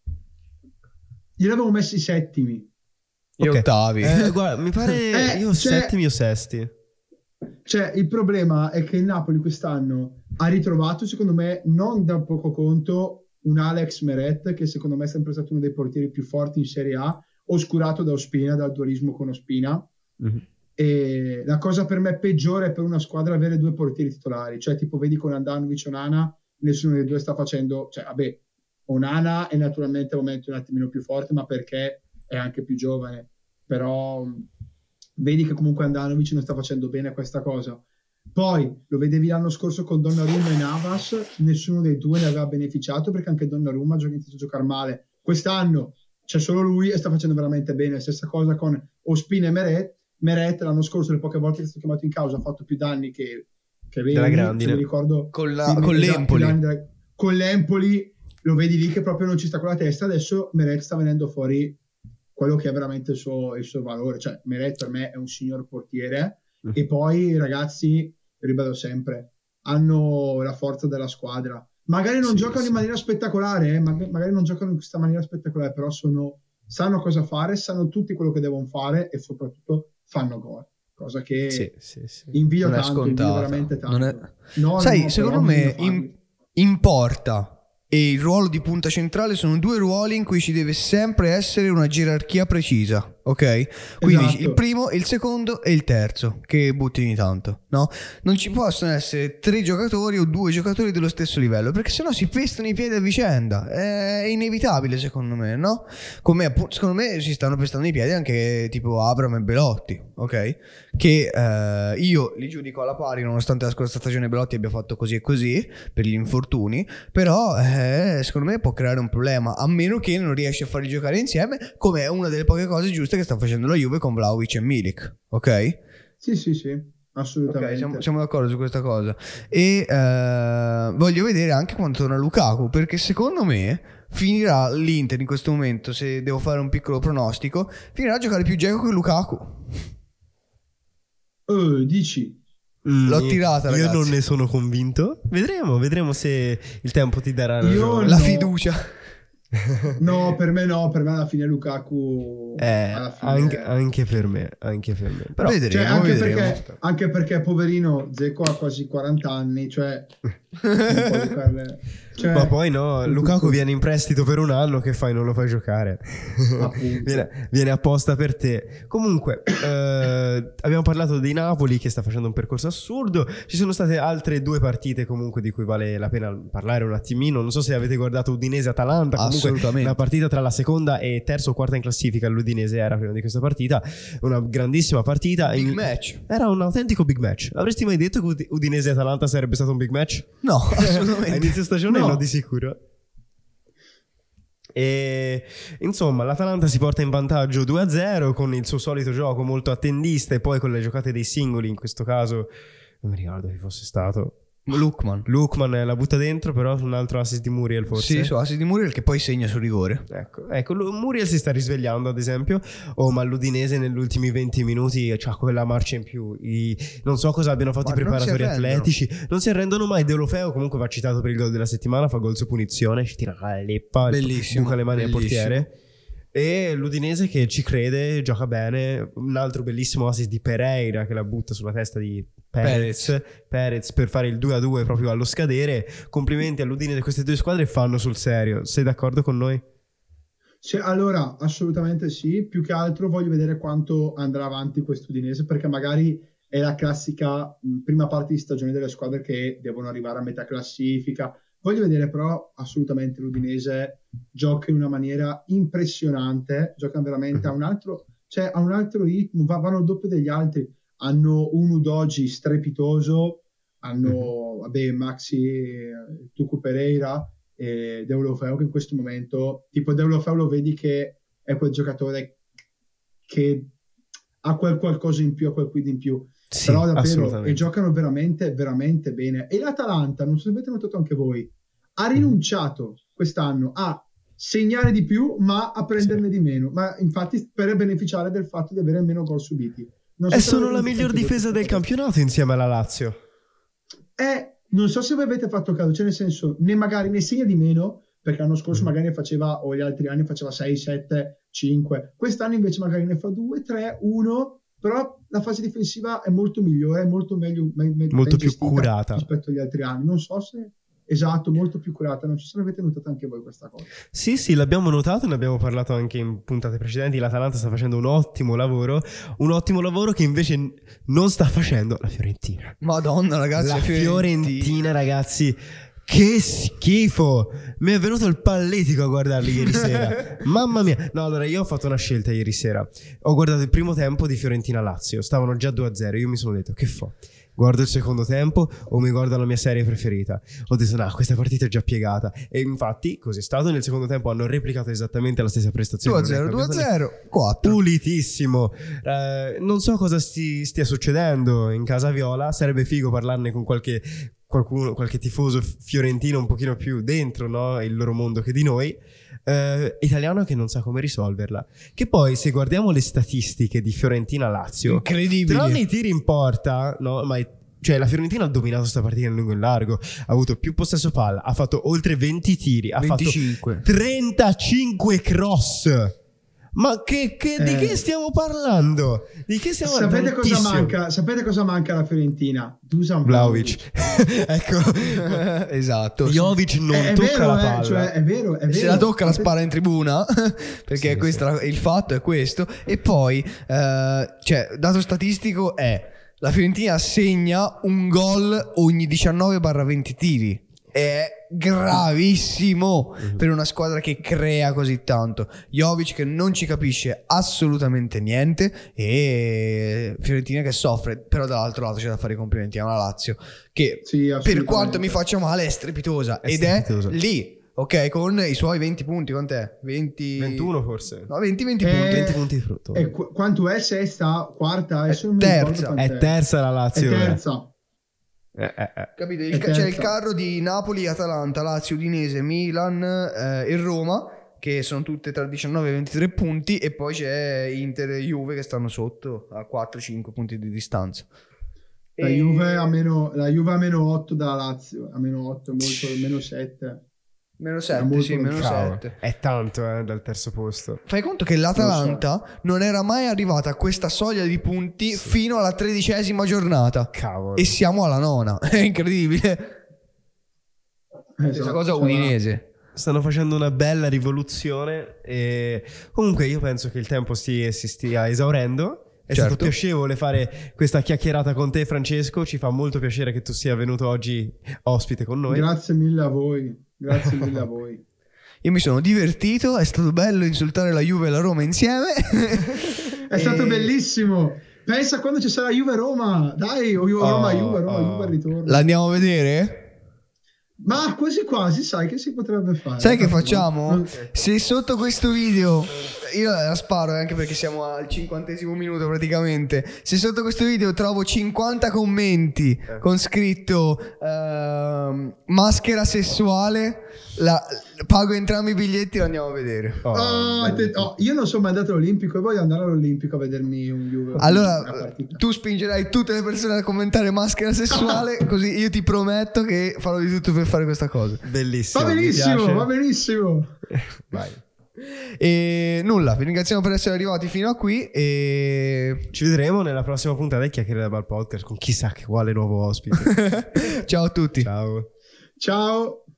S5: Io l'avevo messi settimi.
S4: Gli
S6: Ok.
S4: ottavi.
S6: Eh, guarda, mi pare
S5: Eh,
S6: io
S5: cioè-
S6: settimi o sesti.
S5: Cioè, il problema è che il Napoli quest'anno ha ritrovato, secondo me, non da poco conto, un Alex Meret, che secondo me è sempre stato uno dei portieri più forti in Serie A, oscurato da Ospina, dal dualismo con Ospina.
S6: Mhm.
S5: E la cosa per me peggiore è per una squadra avere due portieri titolari. Cioè, tipo, vedi con Andanovic e Onana, nessuno dei due sta facendo. Cioè, vabbè, Onana è naturalmente al momento un attimino più forte, ma perché è anche più giovane. Però mh, vedi che comunque Andanovic non sta facendo bene questa cosa. Poi lo vedevi l'anno scorso con Donnarumma e Navas, nessuno dei due ne aveva beneficiato perché anche Donnarumma ha iniziato a giocare male. Quest'anno c'è solo lui e sta facendo veramente bene. Stessa cosa con Ospina e Meret. Meret l'anno scorso, le poche volte che è stato chiamato in causa, ha fatto più danni che, che bene.
S6: Della grandine.
S5: Mi ricordo
S4: Con la-
S5: sì,
S4: con
S5: esatto,
S4: l'Empoli.
S5: più danni della- con l'Empoli lo vedi lì che proprio non ci sta con la testa. Adesso Meret sta venendo fuori quello che è veramente il suo, il suo valore. Cioè, Meret per me è un signor portiere.
S6: Mm.
S5: E poi, ragazzi, ripeto sempre, hanno la forza della squadra. Magari non
S6: Sì,
S5: giocano
S6: sì.
S5: in maniera spettacolare, eh, mag- magari non giocano in questa maniera spettacolare, però sono, sanno cosa fare, sanno tutti quello che devono fare e soprattutto fanno gol. Cosa che
S6: Sì, sì, sì.
S5: invidio
S4: Non è
S5: tanto, invidio
S4: scontata.
S5: veramente tanto.
S4: Non è-
S5: No,
S4: Sai,
S5: no,
S4: secondo
S5: però
S4: me
S5: bisogna farli.
S4: in, in porta e il ruolo di punta centrale sono due ruoli in cui ci deve sempre essere una gerarchia precisa, ok? Quindi
S5: Esatto.
S4: il primo, il secondo e il terzo che butti ogni tanto, no? Non ci possono essere tre giocatori o due giocatori dello stesso livello, perché sennò si pestano i piedi a vicenda. È inevitabile, secondo me, no? Come appunto, secondo me si stanno pestando i piedi anche tipo Abramo e Belotti, ok? Che eh, io li giudico alla pari, nonostante la scorsa stagione Belotti abbia fatto così e così per gli infortuni, però eh, secondo me può creare un problema, a meno che non riesci a farli giocare insieme, come è una delle poche cose giuste che sta facendo la Juve con Vlahovic e Milik, ok?
S5: Sì, sì, sì, assolutamente.
S4: Ok, siamo, siamo d'accordo su questa cosa. E eh, voglio vedere anche quando torna Lukaku, perché secondo me finirà l'Inter in questo momento, se devo fare un piccolo pronostico, finirà a giocare più Dzeko che Lukaku.
S5: Eh, dici?
S6: Mm,
S4: L'ho
S6: io-
S4: tirata,
S6: Io
S4: ragazzi.
S6: non ne sono convinto. Vedremo, vedremo se il tempo ti darà
S5: Io
S6: ragione.
S4: La
S5: no.
S4: fiducia.
S5: No, per me no, per me alla fine Lukaku
S6: Eh,
S5: alla fine-
S6: anche, anche per me, anche per me. Però
S4: Vedremo,
S5: Cioè, anche,
S4: vedremo.
S5: perché, anche perché poverino Dzeko ha quasi quaranta anni, cioè, non può giocarle- cioè,
S6: ma poi no,
S5: con
S6: Lukaku
S5: tutto-
S6: viene in prestito per un anno, che fai? Non lo fai giocare.
S5: Appunto.
S6: viene, viene apposta per te. Comunque, eh, abbiamo parlato di Napoli che sta facendo un percorso assurdo. Ci sono state altre due partite comunque di cui vale la pena parlare un attimino. Non so se avete guardato Udinese-Atalanta. Comunque
S4: Assolutamente.
S6: una partita tra la seconda e terza o quarta in classifica. L'Udinese era prima di questa partita. Una grandissima partita.
S4: Big
S6: In-
S4: match.
S6: Era un autentico big match. Avresti mai detto che Ud- Udinese-Atalanta sarebbe stato un big match?
S4: No,
S6: A
S4: assolutamente.
S6: inizio stagione
S5: No.
S6: no, di sicuro. E insomma, l'Atalanta si porta in vantaggio due a zero con il suo solito gioco molto attendista, e poi con le giocate dei singoli. In questo caso non mi ricordo chi fosse stato.
S4: Lookman.
S6: Lookman la butta dentro, però su un altro assist di Muriel forse.
S4: Sì, su assist di Muriel che poi segna sul rigore.
S6: Ecco, ecco, lu- Muriel si sta risvegliando ad esempio. Oh, ma l'Udinese negli ultimi venti minuti c'ha quella marcia in più. I- non so cosa abbiano fatto
S4: Ma
S6: i
S4: non si
S6: preparatori
S4: arrendono.
S6: atletici. Non si arrendono mai. Deulofeu comunque va citato per il gol della settimana. Fa gol su punizione, ci tira la leppa,
S4: Bellissimo,
S6: buca le mani al
S4: bellissimo.
S6: portiere. E l'Udinese che ci crede, gioca bene. Un altro bellissimo assist di Pereira che la butta sulla testa di Perez, Perez per fare il due a due proprio allo scadere. Complimenti all'Udinese, queste due squadre fanno sul serio. Sei d'accordo con noi?
S5: Sì, allora, assolutamente sì. Più che altro voglio vedere quanto andrà avanti questo Udinese, perché magari è la classica mh, prima parte di stagione delle squadre che devono arrivare a metà classifica. Voglio vedere però assolutamente l'Udinese gioca in una maniera impressionante, gioca veramente a un altro, cioè a un altro ritmo, va- vanno al doppio degli altri, hanno un Udogi strepitoso, hanno vabbè, Maxi, eh, Tucu Pereira e Deulofeu che in questo momento, tipo Deulofeu lo vedi che è quel giocatore che ha quel qualcosa in più, ha quel quid in più.
S6: Sì,
S5: Però davvero,
S6: assolutamente.
S5: e giocano veramente veramente bene. E l'Atalanta, non so se avete notato anche voi, ha rinunciato quest'anno a segnare di più ma a prenderne di meno, ma infatti per beneficiare del fatto di avere meno gol subiti. Non so
S6: E
S5: se
S6: sono
S5: avete
S6: la
S5: notato
S6: miglior
S5: anche voi
S6: difesa
S5: questa
S6: del
S5: cosa.
S6: campionato insieme alla Lazio.
S5: Eh, non so se voi avete fatto caso, cioè nel senso, né magari ne segna di meno, perché l'anno scorso magari ne faceva, o gli altri anni faceva sei, sette, cinque, quest'anno invece magari ne fa due, tre, uno, però la fase difensiva è molto migliore, è molto meglio, me- me-
S6: Molto
S5: ben
S6: più
S5: gestita
S6: curata.
S5: rispetto agli altri anni. Non so se, esatto, molto più curata, non so se l'avete notato anche voi questa cosa.
S6: Sì, sì, l'abbiamo notato, ne abbiamo parlato anche in puntate precedenti. L'Atalanta sta facendo un ottimo lavoro, un ottimo lavoro che invece n- non sta facendo la Fiorentina.
S4: Madonna ragazzi,
S6: La
S4: Fiorentina.
S6: Fiorentina, ragazzi, che schifo! Mi è venuto il palletico a guardarli ieri sera. Mamma mia. No, allora io ho fatto una scelta ieri sera. Ho guardato il primo tempo di Fiorentina-Lazio. Stavano già due a zero. Io mi sono detto, che fa? Guardo il secondo tempo o mi guardo la mia serie preferita? Ho detto, no, questa partita è già piegata. E infatti, così è stato. Nel secondo tempo hanno replicato esattamente la stessa prestazione.
S4: due a zero,
S6: Non è
S4: due a
S6: cambiato
S4: zero, quattro.
S6: Pulitissimo. Eh, non so cosa sti- stia succedendo in casa Viola. Sarebbe figo parlarne con qualche qualcuno, qualche tifoso fiorentino un pochino più dentro, no, il loro mondo che di noi. Eh, italiano che non sa come risolverla. Che poi se guardiamo le statistiche di Fiorentina-Lazio,
S4: Incredibili.
S6: tranne i tiri in porta, no, ma cioè la Fiorentina ha dominato sta partita in lungo e in largo, ha avuto più possesso palla, ha fatto oltre venti tiri, ha
S4: venticinque.
S6: fatto trentacinque cross. Ma che, che- di
S5: Eh.
S6: che stiamo parlando? Di che stiamo
S5: Sapete
S6: parlando?
S5: cosa
S6: Tantissimo.
S5: manca? Sapete cosa manca alla Fiorentina? Dusan
S6: Vlahovic. Ecco.
S4: Esatto.
S6: Jovic non
S5: È, è
S6: tocca
S5: vero,
S6: la
S5: eh,
S6: palla.
S5: cioè, è vero, è vero.
S4: Se la tocca la
S5: Sapete-
S4: spara in tribuna perché
S6: Sì,
S4: questo il fatto è questo. E poi eh, cioè dato statistico è la Fiorentina segna un gol ogni diciannove venti tiri. È gravissimo per una squadra che crea così tanto. Jovic che non ci capisce assolutamente niente e Fiorentina che soffre. Però dall'altro lato c'è da fare i complimenti a una Lazio che
S5: Sì,
S4: per
S5: assolutamente.
S4: quanto mi faccia male è strepitosa
S6: È
S4: ed
S6: strepitosa.
S4: è lì. Ok, con i suoi venti punti, quant'è? venti
S6: ventuno forse.
S4: No, venti, venti
S5: Eh,
S4: punti.
S6: venti punti di frutto.
S5: E qu- quanto è sesta, quarta? Adesso non mi
S4: terza.
S5: ricordo quant'è.
S6: È terza la
S5: È
S6: Lazio. ora.
S5: terza.
S6: Eh, eh, eh.
S4: Capito?
S5: È
S4: Il,
S5: terza.
S4: c'è il carro di Napoli, Atalanta, Lazio, Udinese, Milan eh, e Roma, che sono tutte tra diciannove e ventitré punti, e poi c'è Inter e Juve che stanno sotto a quattro cinque punti di distanza.
S5: La
S4: E-
S5: Juve a meno, la Juve a meno otto da Lazio, a meno otto, molto, meno sette.
S4: Meno
S5: È
S4: sette,
S5: molto
S4: sì, meno
S6: Cavolo,
S4: sette.
S6: è tanto eh, dal terzo posto.
S4: Fai conto che l'Atalanta non era mai arrivata a questa soglia di punti fino alla tredicesima giornata.
S6: Cavolo.
S4: E siamo alla nona. È incredibile. Stessa
S5: Esatto,
S4: cosa
S5: cioè,
S4: Udinese.
S6: Stanno facendo una bella rivoluzione e comunque io penso che il tempo si, si stia esaurendo. È
S4: Certo.
S6: stato piacevole fare questa chiacchierata con te, Francesco. Ci fa molto piacere che tu sia venuto oggi ospite con noi.
S5: Grazie mille a voi. Grazie mille a voi.
S4: Io mi sono divertito, è stato bello insultare la Juve e la Roma insieme.
S5: È stato bellissimo. Pensa quando ci sarà Juve-Roma. Dai, o Ju-
S6: Oh,
S5: Roma-Juve,
S6: oh.
S5: Roma-Juve al ritorno.
S4: La andiamo a vedere?
S5: Ma quasi quasi sai che si potrebbe fare.
S4: Sai che
S5: No,
S4: facciamo?
S5: non-
S4: Se sotto questo video io la sparo anche perché siamo al cinquantesimo minuto praticamente. Se sotto questo video trovo cinquanta commenti eh. con scritto uh, maschera sessuale, la, pago entrambi i biglietti e lo andiamo a vedere.
S5: Oh, oh, te, oh, io non sono mai andato all'Olimpico e voglio andare all'Olimpico a vedermi un Juve.
S4: Allora tu spingerai tutte le persone a commentare maschera sessuale, così io ti prometto che farò di tutto per fare questa cosa.
S6: Bellissimo.
S5: Va benissimo, va benissimo.
S6: Vai.
S4: E nulla, vi ringraziamo per essere arrivati fino a qui e
S6: ci vedremo nella prossima puntata di Chiacchiere da Bar Podcast con chissà che quale nuovo ospite.
S4: Ciao a tutti.
S6: Ciao.
S5: Ciao.